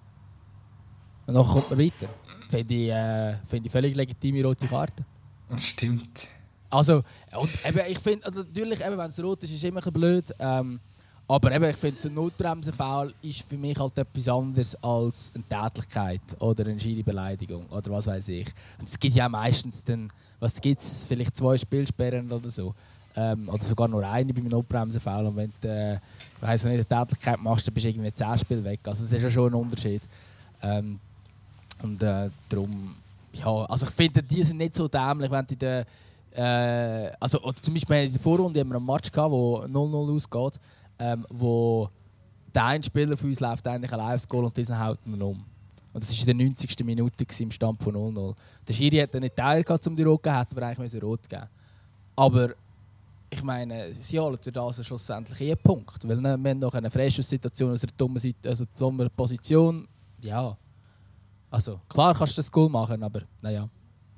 Und dann kommt man weiter. Finde ich, äh, find ich völlig legitime rote Karte. Stimmt. Also, und eben, ich finde, also natürlich, wenn es rot ist, ist es immer ein bisschen blöd. Ähm, aber eben, ich finde, so ein Notbremsenfoul ist für mich halt etwas anderes als eine Tätlichkeit oder eine Schiri-Beleidigung oder was weiß ich. Und es gibt ja meistens dann, was gibt es, vielleicht zwei Spielsperren oder so. Ähm, oder sogar nur eine bei einem Notbremsenfoul. Und wenn du, äh, ich weiss nicht, eine Tätlichkeit machst, dann bist du irgendwie zehn Spiele weg. Also das ist ja schon ein Unterschied. Ähm, und äh, darum, ja, also ich finde, die sind nicht so dämlich, wenn die den, äh, also oder zum Beispiel in der Vorrunde haben wir einen Match gehabt, wo null null ausgeht. Ähm, wo der eine Spieler von uns läuft eigentlich allein aufs Goal und diesen haut ihn um. Und das war in der neunzigsten Minute im Stand von null null. Der Schiri hat nicht Teier gehabt, um die Rot zu geben, hätte aber eigentlich rot geben. Aber ich meine, sie holen durch das schlussendlich einen Punkt. Weil wir haben noch eine Freischusssituation aus einer dummen, Seite, also dummen Position. Ja. Also klar kannst du das Goal machen, aber naja.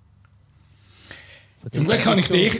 Zum Glück kann ich dich...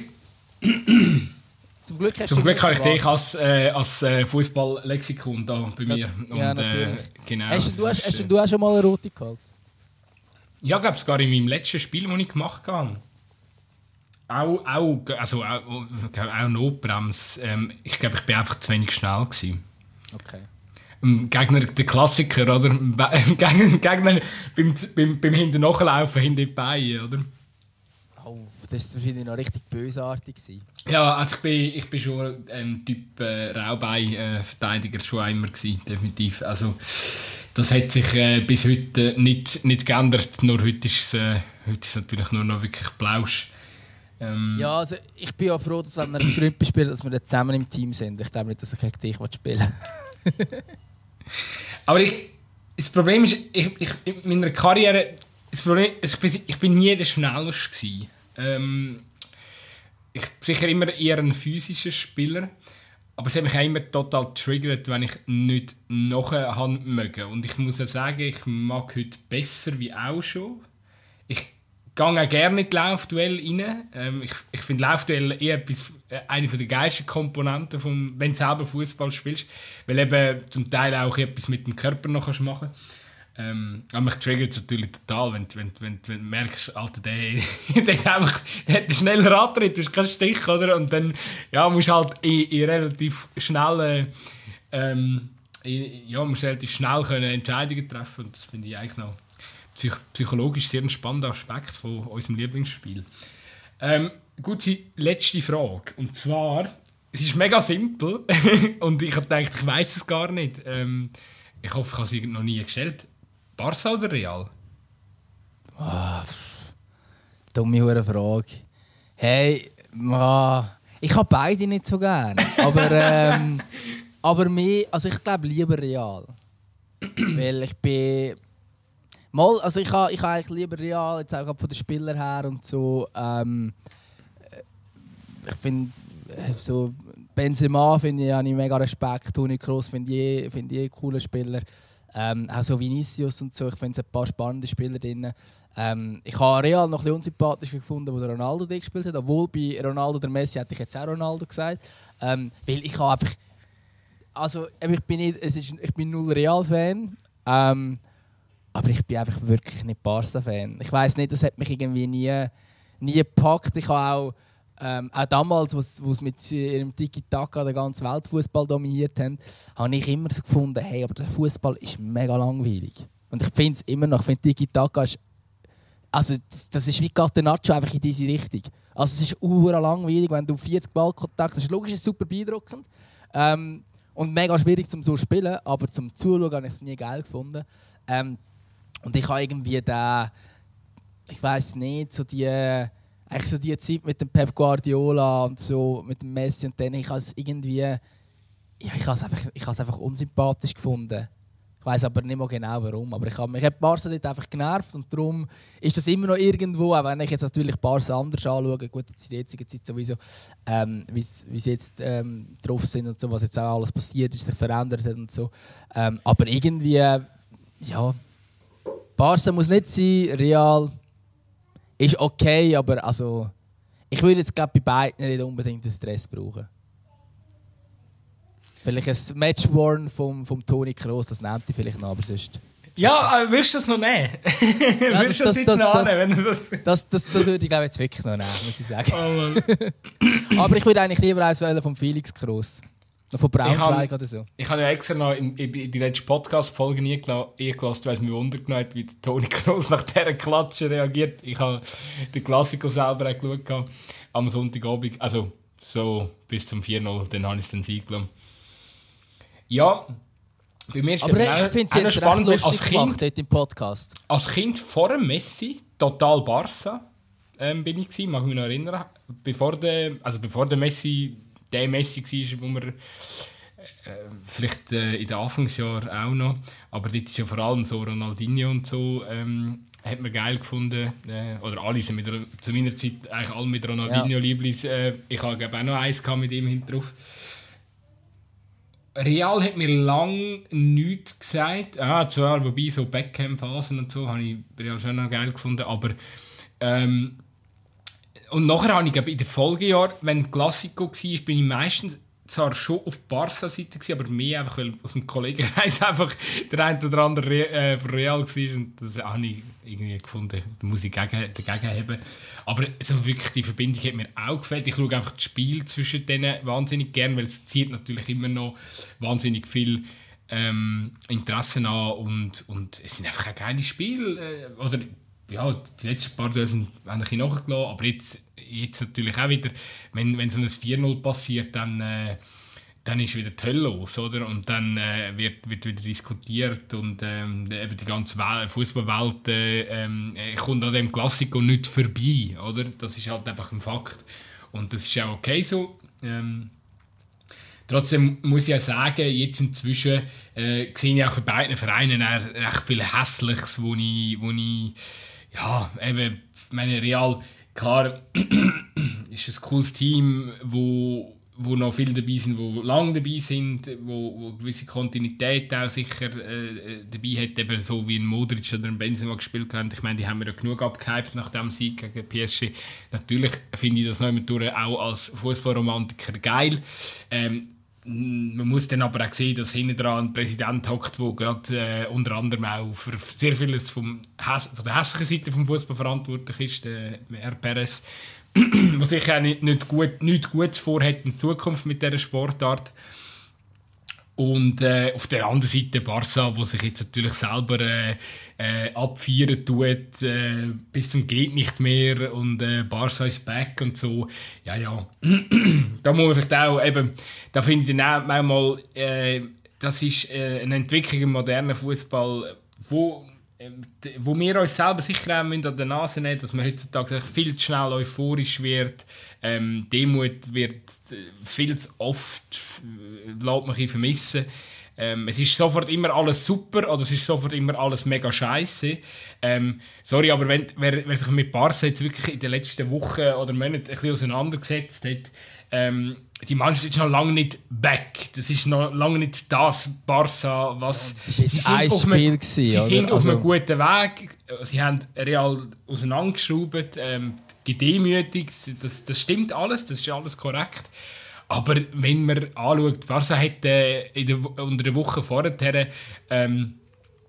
Zum Glück, Zum Glück habe ich dich als, äh, als äh, Fußball-Lexikon da bei mir. Ja, und, natürlich. Äh, genau, hast du, hast, ist, hast du auch schon mal eine rote geholt? Ja, ich glaube sogar in meinem letzten Spiel, das ich gemacht habe. Auch, auch, also auch, auch Notbremse. Ähm, ich glaube, ich war einfach zu wenig schnell gewesen. Okay. Gegner, der Klassiker, oder? Gegner, Gegner beim, beim, beim Hinten nachlaufen, hinter die Beine, oder? Oh, das war wahrscheinlich noch richtig bösartig. Ja, also ich bin, ich bin schon ein Typ äh, Raubein-Verteidiger schon immer gewesen, definitiv. Also das hat sich äh, bis heute nicht, nicht geändert, nur heute ist es äh, heute ist natürlich nur noch wirklich Plausch. Ähm, ja, also ich bin ja froh, dass wenn wir ein Grüppchen spielen, dass wir dann zusammen im Team sind. Ich glaube nicht, dass ich gegen dich spielen will. Aber ich, das Problem ist, ich, ich, in meiner Karriere, das Problem, ich, bin, ich bin nie der Schnellste gewesen. Ähm, ich bin sicher immer eher ein physischer Spieler, aber es hat mich auch immer total getriggert, wenn ich nicht nachher haben möge. Und ich muss ja sagen, ich mag heute besser wie auch schon. Ich gehe auch gerne in die Laufduelle rein. Ähm, ich ich finde Laufduelle eher etwas, eine der geilsten Komponenten, vom, wenn du selber Fußball spielst, weil eben zum Teil auch etwas mit dem Körper noch machen kannst. Ähm, aber mich triggert es natürlich total, wenn, wenn, wenn, wenn du merkst, Alter, der, der, hat einfach, der hat einen schnellen Radtritt, du hast keinen Stich, oder? Und dann ja, musst du halt in, in relativ schnellen, ähm, in, ja, musst relativ schnell können Entscheidungen treffen. Und das finde ich eigentlich noch psych psychologisch sehr ein spannender Aspekt von unserem Lieblingsspiel. Ähm, gut, die letzte Frage. Und zwar, es ist mega simpel und ich habe gedacht, ich weiss es gar nicht. Ähm, ich hoffe, ich habe sie noch nie gestellt. Barca oder Real? Oh, dumme hure Frage. Hey, oh, ich habe beide nicht so gerne. Aber, ähm, aber mehr, also ich glaube lieber Real. Weil ich bin... Mal, also ich habe ich ha eigentlich lieber Real, jetzt auch von den Spielern her und so. Ähm, ich finde, so Benzema finde ich, habe ich mega Respekt. Toni Kroos finde ich, find ich einen coolen Spieler. Ähm, auch so Vinicius und so, ich finde es ein paar spannende Spieler drin. Ähm, ich habe Real noch ein bisschen unsympathisch gefunden, wo der Ronaldo den gespielt hat. Obwohl bei Ronaldo oder Messi hätte ich jetzt auch Ronaldo gesagt. Ähm, weil ich habe einfach... Also ich bin, nicht, es ist, ich bin null Real-Fan. Ähm, aber ich bin einfach wirklich nicht Barca-Fan. Ich weiss nicht, das hat mich irgendwie nie, nie gepackt. Ich habe auch Ähm, auch damals, wo sie mit ihrem Tiki-Taka den ganzen Weltfußball dominiert haben, habe ich immer so gefunden, hey, aber der Fußball ist mega langweilig. Und ich finde es immer noch, ich finde Tiki-Taka ist, also das ist wie Catenaccio einfach in diese Richtung. Also es ist ura langweilig, wenn du vierzig Ballkontakte hast. Logisch ist es super beeindruckend ähm, und mega schwierig zum so zu spielen, aber zum Zuschauen habe ich es nie geil gefunden. Ähm, und ich habe irgendwie den, ich weiß nicht, so die, eigentlich so die Zeit mit dem Pep Guardiola und so mit dem Messi und dann, ich habe es irgendwie, ja, ich habe es einfach, ich habe es einfach unsympathisch gefunden. Ich weiß aber nicht mehr genau warum, aber ich habe mich hat Barca dort einfach genervt und darum ist das immer noch irgendwo, auch wenn ich jetzt natürlich Barca anders anschaue, gut, jetzt in der jetzigen Zeit sowieso, ähm, wie sie jetzt ähm, drauf sind und so, was jetzt auch alles passiert ist, sich verändert hat und so. Ähm, aber irgendwie, ja, Barca muss nicht sein, Real ist okay, aber also, ich würde jetzt glaub, bei beiden nicht unbedingt den Stress brauchen. Vielleicht ein Matchworn vom, vom Toni Kroos, das nennt ich vielleicht noch, aber sonst... Ja, äh, würdest du das noch nehmen? Ja, würdest du das, das jetzt noch das, nehmen? Das, das, das, das würde ich glaube jetzt wirklich noch nehmen, muss ich sagen. Oh, aber ich würde eigentlich lieber eins wählen von Felix Kroos. Noch von Braunschweig oder so. Ich habe ja extra noch in, in die letzte Podcast-Folge eingelassen, weil es mich wundert hat, wie Toni Kroos nach dieser Klatsche reagiert. Ich habe den Klassiker selber auch geschaut am Sonntagabend. Also so bis zum vier null, dann habe ich es dann eingelassen. Ja, bei mir ist aber es ich finde es jetzt spannend, recht lustig gemacht im Podcast. Als Kind vor dem Messi, total Barca ähm, bin ich gewesen, mag mich noch erinnern. Bevor der, also bevor der Messi der Messi war, wo wir äh, vielleicht äh, in den Anfangsjahren auch noch, aber dort ist ja vor allem so Ronaldinho und so, ähm, hat man geil gefunden. Äh, oder alle sind mit, zu meiner Zeit eigentlich alle mit Ronaldinho ja. Lieblis. Äh, ich habe auch noch eins mit ihm hinten drauf. Real hat mir lange nichts gesagt. Ah, zwar, wobei so Beckham-Phasen und so habe ich Real schon noch geil gefunden, aber ähm, und nachher habe ich in den Folgejahren, wenn Classico war, bin ich meistens zwar schon auf Barca-Seite gewesen, aber mehr einfach, weil aus dem Kollegenkreis einfach der eine oder andere Re- äh, für Real war und das habe ich irgendwie gefunden, da muss ich gegen, dagegen haben. Aber so wirklich die Verbindung hat mir auch gefällt. Ich schaue einfach das Spiel zwischen denen wahnsinnig gern, weil es zieht natürlich immer noch wahnsinnig viel ähm, Interesse an und, und es sind einfach auch geile Spiele. Äh, oder ja, die letzten paar Jahre sind ein bisschen nachgelassen, aber jetzt, jetzt natürlich auch wieder, wenn, wenn so ein vier null passiert, dann, äh, dann ist wieder die Hölle los, oder? Und dann äh, wird, wird wieder diskutiert und ähm, eben die ganze Fußballwelt äh, äh, kommt an dem Klassiker nicht vorbei, oder? Das ist halt einfach ein Fakt. Und das ist auch okay so. Ähm, Trotzdem muss ich ja sagen, jetzt inzwischen äh, sehe ich auch bei beiden Vereinen echt viel Hässliches, wo ich, wo ich ja, eben, meine Real, klar, ist ein cooles Team, wo, wo noch viele dabei sind, die lange dabei sind, wo, wo gewisse Kontinuität auch sicher äh, dabei hat, eben so wie ein Modric oder ein Benzema gespielt haben. Ich meine, die haben wir ja genug abgehypt nach dem Sieg gegen P S G. Natürlich finde ich das noch immer durch, auch als Fußballromantiker geil. Ähm, Man muss dann aber auch sehen, dass hinten dran ein Präsident hockt, der gerade äh, unter anderem auch für sehr vieles vom Häs- von der hässlichen Seite des Fußball verantwortlich ist, der Herr Perez, der sicher auch nicht, nicht gut, nichts Gutes vorhat in Zukunft mit dieser Sportart. Und äh, auf der anderen Seite Barca, wo sich jetzt natürlich selber äh, äh, abfeiern tut, äh, bis zum geht nicht mehr und äh, Barca ist back und so. Ja, ja. Da muss man vielleicht auch eben, da finde ich dann auch manchmal, äh, das ist äh, eine Entwicklung im modernen Fußball, wo, äh, wo wir uns selber sicher auch an der Nase nehmen, dass man heutzutage viel zu schnell euphorisch wird. Ähm, Demut wird viel zu oft äh, lässt man ein vermissen. Ähm, es ist sofort immer alles super oder es ist sofort immer alles mega scheiße. Ähm, sorry, aber wenn, wer, wer sich mit Barca jetzt wirklich in den letzten Wochen oder Monaten ein bisschen auseinandergesetzt hat, ähm, die Mannschaft ist noch lange nicht back. Das ist noch lange nicht das Barca, was... Das ist jetzt sie ein sind Spiel einem, gewesen, Sie oder? sind Also, auf einem guten Weg. Sie haben Real auseinandergeschraubt, ähm, gedemütigt. Das, das stimmt alles, das ist alles korrekt. Aber wenn man anschaut, Barca hat äh, in der, unter der Woche vorher ähm,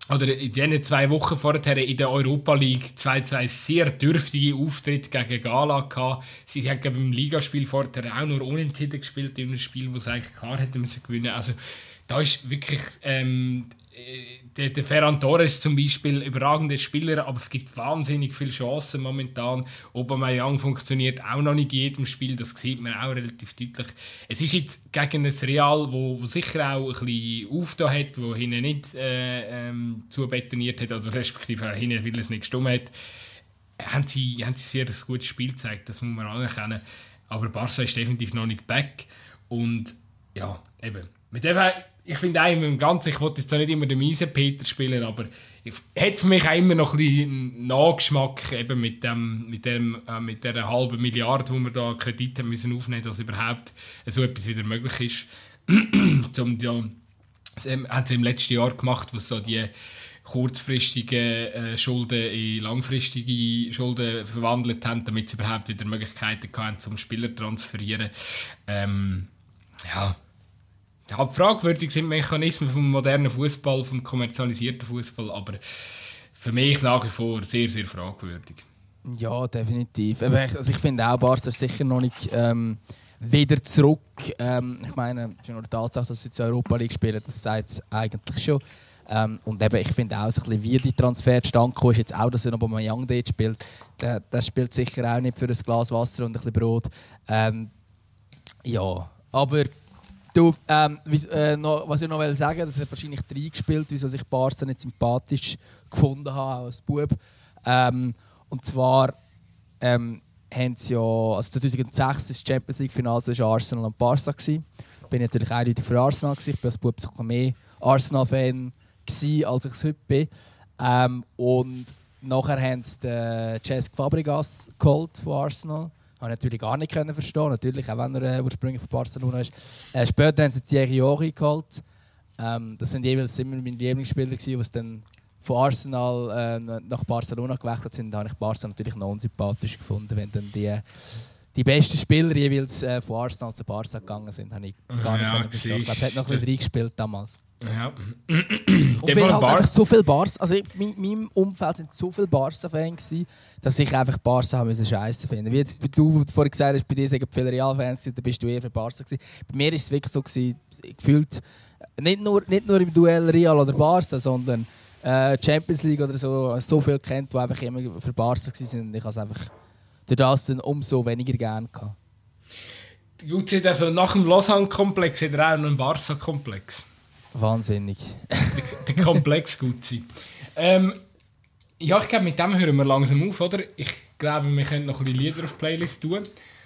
oder in diesen zwei Wochen vorher in der Europa League zwei, zwei sehr dürftige Auftritte gegen Gala gehabt. Sie haben beim Ligaspiel vorher auch nur unentschieden gespielt, in einem Spiel, wo sie eigentlich klar hätten müssen gewinnen. Also da ist wirklich ähm, der, der Ferran Torres zum Beispiel überragender Spieler, aber es gibt wahnsinnig viele Chancen momentan. Aubameyang funktioniert auch noch nicht in jedem Spiel, das sieht man auch relativ deutlich. Es ist jetzt gegen ein Real, wo, wo sicher auch ein bisschen aufgetan hat, wo hinten nicht äh, ähm, zubetoniert hat, oder respektive hinten, weil es nicht gestimmt hat, haben sie, haben sie sehr ein gutes Spiel gezeigt, das muss man anerkennen. Aber Barca ist definitiv noch nicht back und ja, eben, mit dem ich finde auch im Ganzen, ich wollte jetzt zwar nicht immer den miesen Peter spielen, aber es hat für mich auch immer noch ein bisschen Nachgeschmack eben mit, dem, mit, dem, äh, mit dieser halben Milliarde, wo wir da Kredite müssen aufnehmen müssen, dass überhaupt so etwas wieder möglich ist. Zum, ja, das haben sie im letzten Jahr gemacht, was so die kurzfristigen äh, Schulden in langfristige Schulden verwandelt haben, damit sie überhaupt wieder Möglichkeiten hatten, zum Spieler zu transferieren. Ähm, ja, Ja, fragwürdig sind Mechanismen vom modernen Fußball, vom kommerzialisierten Fußball, aber für mich nach wie vor sehr, sehr fragwürdig. Ja, definitiv. Also ich finde auch, Barca ist sicher noch nicht ähm, wieder zurück. Ähm, ich meine, schon nur die Tatsache, dass sie zur Europa League spielen, das sagt es eigentlich schon. Ähm, und eben, ich finde auch, so ein bisschen, wie die Transfer zustande gekommen ist, jetzt auch, dass er noch Aubameyang dort spielt, der, der spielt sicher auch nicht für ein Glas Wasser und ein bisschen Brot. Ähm, ja, aber du, ähm, wie, äh, noch, was ich noch sagen will, das hat wahrscheinlich reingespielt, wieso ich Barca nicht sympathisch gefunden habe, auch als Bub. Ähm, und zwar ähm, haben sie ja, also zweitausendsechs war das Champions League Finale zwischen Arsenal und Barca gewesen. Ich bin natürlich eindeutig für Arsenal gewesen. Ich bin als Bub noch mehr Arsenal-Fan gewesen, als ich es heute bin. Ähm, und nachher haben sie den Cesc Fabregas geholt von Arsenal. Habe ich natürlich gar nicht können verstehen, natürlich, auch wenn er äh, ursprünglich von Barcelona ist. Äh, später haben sie Thierry Henry geholt. Ähm, das sind jeweils immer meine Lieblingsspieler gewesen, die dann von Arsenal äh, nach Barcelona gewechselt sind. Da habe ich Barca natürlich noch unsympathisch gefunden, wenn dann die, die besten Spieler jeweils äh, von Arsenal zu Barca gegangen sind. Habe ich gar nicht ja, können verstehen. Ich glaube, er hat noch ein bisschen reingespielt damals. Ja. Und weil halt einfach so viele Barca, also in meinem Umfeld sind so viele Barca-Fans gewesen, dass ich einfach Barca haben müssen scheiße finden. Wie jetzt du vorhin gesagt hast, bei dir sind viele Real-Fans, da bist du eher für Barca gewesen. Bei mir war es wirklich so gewesen, gefühlt nicht nur, nicht nur im Duell Real oder Barca, sondern äh, Champions League oder so, so viele kennt, die einfach immer für Barca waren. Ich habe es einfach durch das dann umso weniger gerne gehabt. Gut, also nach dem Lausanne-Komplex hat er auch noch einen Barca-Komplex. Wahnsinnig. Der, der Komplex gut sein. Ähm, ja, ich glaube, mit dem hören wir langsam auf, oder? Ich glaube, wir können noch ein bisschen Lieder auf die Playlist tun.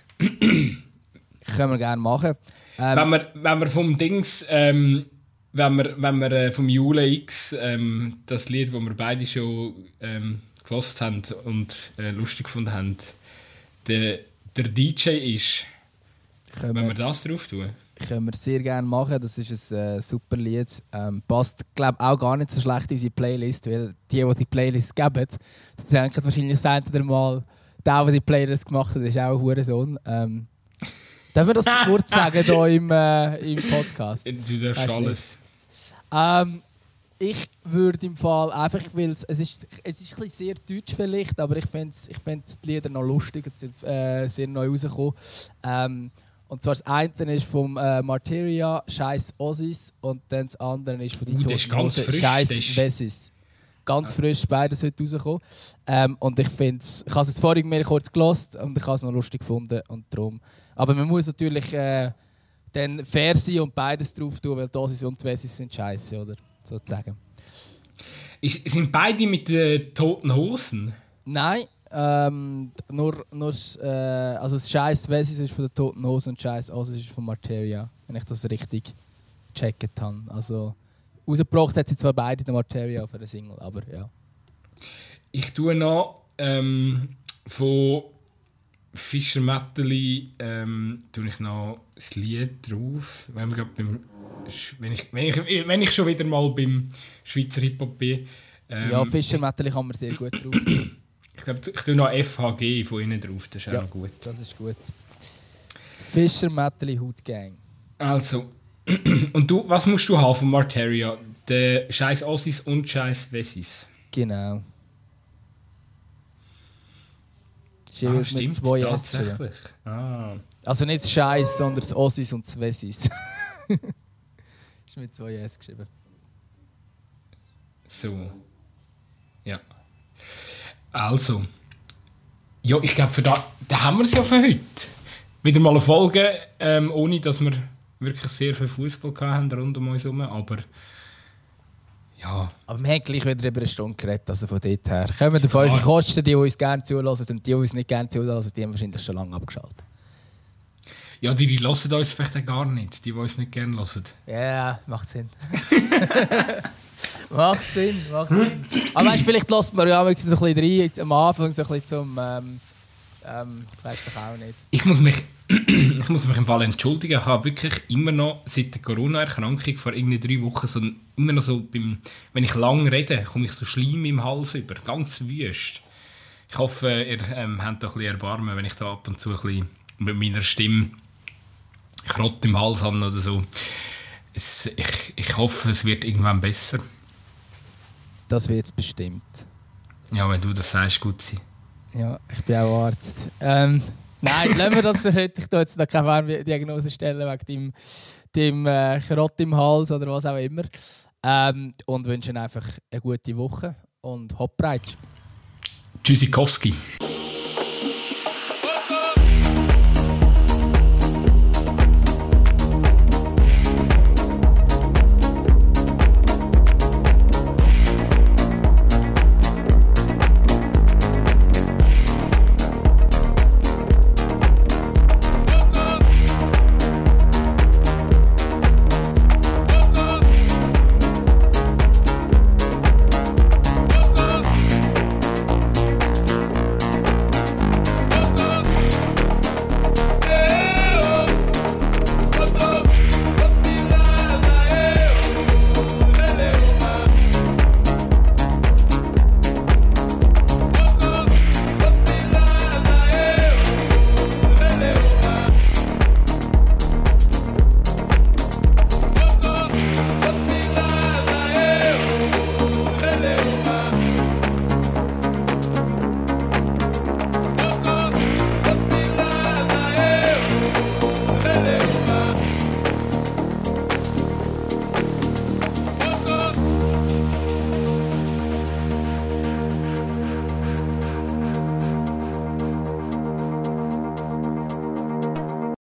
Können wir gerne machen. Ähm, wenn, wir, wenn wir vom Dings, ähm, wenn wir, wenn wir äh, vom Jule X, ähm, das Lied, das wir beide schon ähm, gehört haben und äh, lustig gefunden haben, der, der D J ist, wenn wir, wir das drauf tun. Können wir sehr gerne machen, das ist ein äh, super Lied. Ähm, passt, glaube auch gar nicht so schlecht in unsere Playlist, weil die, die die Playlist geben, das denken wahrscheinlich das eine Mal, der, der die Playlist gemacht hat, ist auch ein Hurensohn. Ähm, Dürfen wir das kurz sagen hier im, äh, im Podcast? Du darfst alles. Ähm, ich würde im Fall einfach, weil es ist, es ist ein bisschen sehr deutsch vielleicht, aber ich finde ich find die Lieder noch lustig, es sind äh, sehr neu rausgekommen. Ähm, und zwar das eine ist vom äh, Martyria, Scheiß Ossis, und dann das andere ist von die uh, Toten Hosen, Scheiß Wessis. Ganz ja. frisch, beides heute rausgekommen. Ähm, und ich finde ich habe es jetzt vorhin mir kurz gelost und ich habe es noch lustig gefunden und darum. Aber man muss natürlich äh, dann fair sein und beides drauf tun, weil die Ossis und die Wessis sind scheiße, oder? Sozusagen. Ist, sind beide mit den Toten Hosen? Nein. Ähm, nur, nur äh, also das Scheiß Wessis ist von den Toten Hosen und Scheiß Ossis ist von Martyria, wenn ich das richtig gecheckt habe. Also rausgebracht hat sie zwar beide den Martyria für den Single, aber ja. Ich tue noch ähm, von Fischer Metteli ähm, tue ich noch das Lied drauf, wenn, wir beim, wenn, ich, wenn, ich, wenn ich schon wieder mal beim Schweizer Hip-Hop bin. Ähm, ja, Fischer Metteli kann man sehr gut drauf tun. Ich glaube, ich tue noch F H G von innen drauf, das ist auch ja, noch gut. Das ist gut. Fischer Metteli Hood Gang. Also, und du, was musst du haben von Martyria? Der scheiß Ossis und scheiß Wessis. Genau. Ah, mit stimmt, zwei S tatsächlich. Ah. Also nicht das Scheiß, sondern das Ossis und das Wessis. Ist mit zwei S geschrieben. So. Ja. Also. Ja, ich glaube, für da, da haben wir es ja für heute. Wieder mal eine Folge, ähm, ohne dass wir wirklich sehr viel Fußball haben rund um uns herum, aber ja. Aber wir haben gleich wieder über eine Stunde geredet, also von dort her. Kommen auf eure Kosten, die, die uns gerne zulassen und die, die uns nicht gerne zulassen, die haben wahrscheinlich schon lange abgeschaltet. Ja, die, die hören uns vielleicht auch gar nicht, die, die uns nicht gerne hören. Ja, yeah, macht Sinn. macht Sinn, macht Sinn. Aber weißt, vielleicht lässt man ja so ein bisschen rein, am Anfang so ein bisschen zum... Ähm, ähm, weiss doch auch nicht. Ich muss mich... Ich muss mich im Fall entschuldigen, ich habe wirklich immer noch seit der Corona-Erkrankung vor irgendwie drei Wochen so immer noch so beim, wenn ich lang rede, komme ich so Schleim im Hals über, ganz wüst. Ich hoffe, ihr ähm, habt da ein bisschen Erbarmen, wenn ich da ab und zu ein bisschen mit meiner Stimme Krott im Hals habe oder so. Es, ich, ich hoffe, es wird irgendwann besser. Das wird es bestimmt. Ja, wenn du das sagst, gut sein. Ja, ich bin auch Arzt. Ähm, Nein, lassen wir das für heute. Ich tue jetzt noch keine Warndiagnose stellen wegen dem, dem äh, Krott im Hals oder was auch immer. Ähm, und wünsche einfach eine gute Woche und hopp breit. Tschüssikowski.